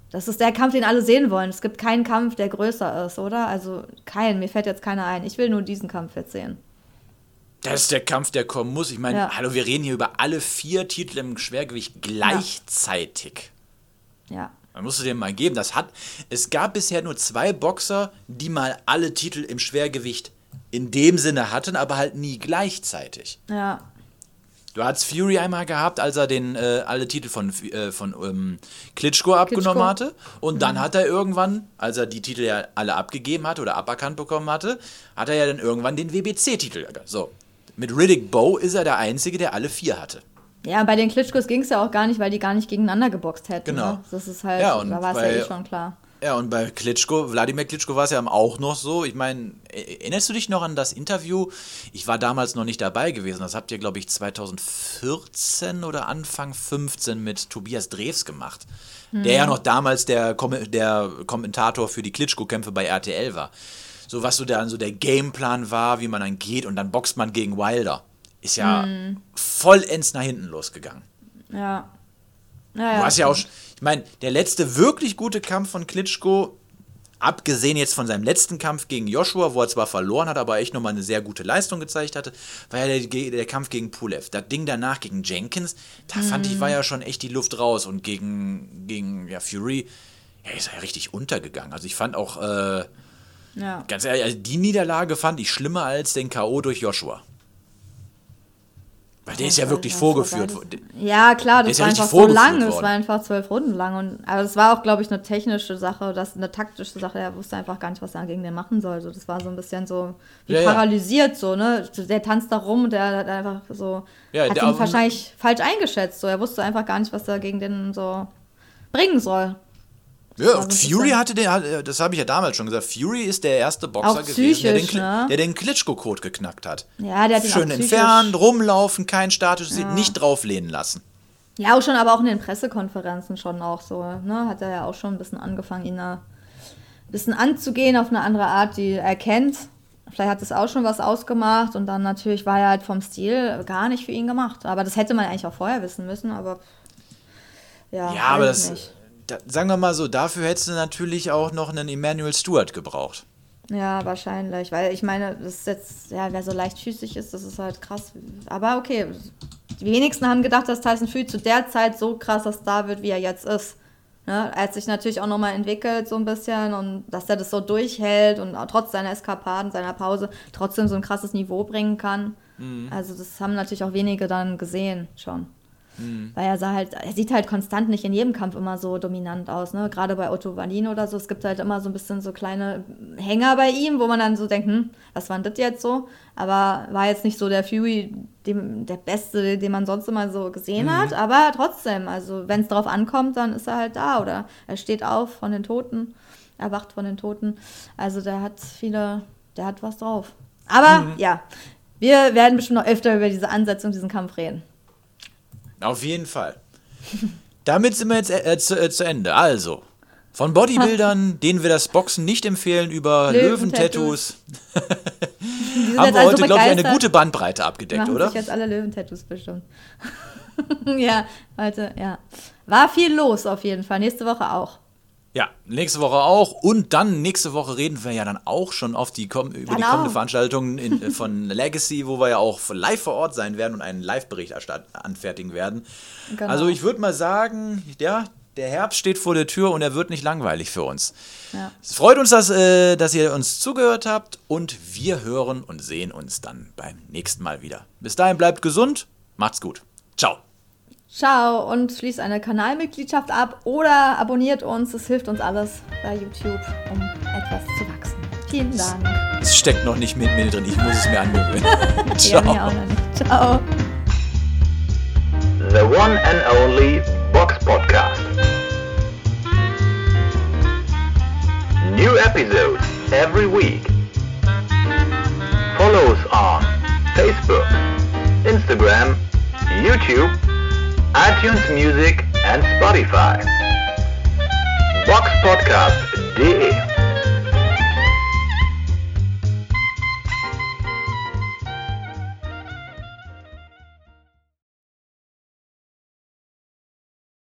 Das ist der Kampf, den alle sehen wollen. Es gibt keinen Kampf, der größer ist, oder? Also kein, mir fällt jetzt keiner ein. Ich will nur diesen Kampf jetzt sehen. Das ist der Kampf, der kommen muss. Ich meine, Ja. hallo, wir reden hier über alle vier Titel im Schwergewicht gleichzeitig. Ja. Man musst du dir mal geben. Das hat, es gab bisher nur zwei Boxer, die mal alle Titel im Schwergewicht in dem Sinne hatten, aber halt nie gleichzeitig. Ja. Du hattest Fury einmal gehabt, als er den äh, alle Titel von, äh, von ähm, Klitschko abgenommen Klitschko. hatte. Und dann hat er irgendwann, als er die Titel ja alle abgegeben hatte oder aberkannt bekommen hatte, hat er ja dann irgendwann den W B C-Titel. So. Mit Riddick Bowe ist er der Einzige, der alle vier hatte. Ja, bei den Klitschkos ging es ja auch gar nicht, weil die gar nicht gegeneinander geboxt hätten. Genau. Ne? Das ist halt, Ja, und da war es ja bei- eh schon klar. Ja, und bei Klitschko, Wladimir Klitschko war es ja auch noch so. Ich meine, erinnerst du dich noch an das Interview? Ich war damals noch nicht dabei gewesen. Das habt ihr, glaube ich, zwanzig vierzehn oder Anfang fünfzehn mit Tobias Drews gemacht. Der ja noch damals der, Kom- der Kommentator für die Klitschko-Kämpfe bei R T L war. So was so der, so der Gameplan war, wie man dann geht und dann boxt man gegen Wilder. Ist ja vollends nach hinten losgegangen. Ja. ja Du hast ja auch, ich meine, der letzte wirklich gute Kampf von Klitschko, abgesehen jetzt von seinem letzten Kampf gegen Joshua, wo er zwar verloren hat, aber echt nochmal eine sehr gute Leistung gezeigt hatte, war ja der, der Kampf gegen Pulev. Das Ding danach gegen Jenkins, da fand ich, war ja schon echt die Luft raus. Und gegen, gegen ja, Fury, ja, ist er ja richtig untergegangen. Also ich fand auch, äh, ja. ganz ehrlich, also die Niederlage fand ich schlimmer als den K O durch Joshua. Weil der ist ja wirklich Ja, vorgeführt. vorbei. Ja, klar, Der das ist ja war richtig einfach so lang. vorgeführt Es worden. war einfach zwölf Runden lang. Und, aber es war auch, glaube ich, eine technische Sache, das, eine taktische Sache. Er wusste einfach gar nicht, was er gegen den machen soll. So, das war so ein bisschen so wie Ja, ja. paralysiert. So, ne? Der tanzt da rum und der hat einfach so, Ja, hat der- ihn wahrscheinlich falsch eingeschätzt. So. Er wusste einfach gar nicht, was er gegen den so bringen soll. Ja, war so ein Fury bisschen- hatte den, hat- das habe ich ja damals schon gesagt, Fury ist der erste Boxer Auch gewesen, der den, psychisch, Kli- ne? der den Klitschko-Code geknackt hat. Ja, der hat ihn Schön auch psychisch- entfernt, rumlaufen, kein Status, nicht drauflehnen lassen. Ja, auch schon, aber auch in den Pressekonferenzen schon auch so, ne? Hat er ja auch schon ein bisschen angefangen, ihn da ein bisschen anzugehen auf eine andere Art, die er kennt. Vielleicht hat es auch schon was ausgemacht und dann natürlich war er halt vom Stil gar nicht für ihn gemacht. Aber das hätte man eigentlich auch vorher wissen müssen, aber ja, Ja, aber weiß das, nicht. da, sagen wir mal so, dafür hättest du natürlich auch noch einen Emmanuel Stewart gebraucht. Ja, wahrscheinlich, weil ich meine, das ist jetzt, ja, wer so leichtfüßig ist, das ist halt krass. Aber okay, die wenigsten haben gedacht, dass Tyson Fury zu der Zeit so krasser Star wird, wie er jetzt ist. Ne? Er hat sich natürlich auch nochmal entwickelt so ein bisschen und dass er das so durchhält und auch trotz seiner Eskapaden, seiner Pause trotzdem so ein krasses Niveau bringen kann. Also das haben natürlich auch wenige dann gesehen schon. Weil er sah halt, er sieht halt konstant nicht in jedem Kampf immer so dominant aus, ne? Gerade bei Otto Wallin oder so. Es gibt halt immer so ein bisschen so kleine Hänger bei ihm, wo man dann so denkt, hm, was war denn das jetzt so? Aber war jetzt nicht so der Fury, dem, der Beste, den man sonst immer so gesehen hat. Aber trotzdem, also wenn es drauf ankommt, dann ist er halt da oder er steht auf von den Toten, erwacht von den Toten. Also der hat viele, der hat was drauf. Aber ja, wir werden bestimmt noch öfter über diese Ansetzung, diesen Kampf reden. Auf jeden Fall. Damit sind wir jetzt äh, zu, äh, zu Ende. Also, von Bodybuildern, denen wir das Boxen nicht empfehlen, über Löwentattoos. Löwentattoos, Die sind haben jetzt wir alle heute, so glaube ich, eine begeistert. gute Bandbreite abgedeckt, machen oder? sich jetzt alle Löwentattoos bestimmt. Ja, heute, ja. War viel los auf jeden Fall. Nächste Woche auch. Ja, nächste Woche auch. Und dann nächste Woche reden wir ja dann auch schon auf die komm, über Dann die kommende auch. Veranstaltung in, von Legacy, wo wir ja auch live vor Ort sein werden und einen Live-Bericht erstatt- anfertigen werden. Genau. Also ich würde mal sagen, ja, der Herbst steht vor der Tür und er wird nicht langweilig für uns. Ja. Es freut uns, dass, äh, dass ihr uns zugehört habt und wir hören und sehen uns dann beim nächsten Mal wieder. Bis dahin bleibt gesund, macht's gut. Ciao. Ciao und schließt eine Kanalmitgliedschaft ab oder abonniert uns. Es hilft uns alles bei YouTube, um etwas zu wachsen. Vielen Dank. Es steckt noch nicht mit mir drin, ich muss es mir angewöhnen. Ja, Ciao. mir auch noch nicht. Ciao. The one and only Box Podcast. New episodes every week. Follow us on Facebook, Instagram, YouTube, iTunes Music and Spotify. box podcast punkt de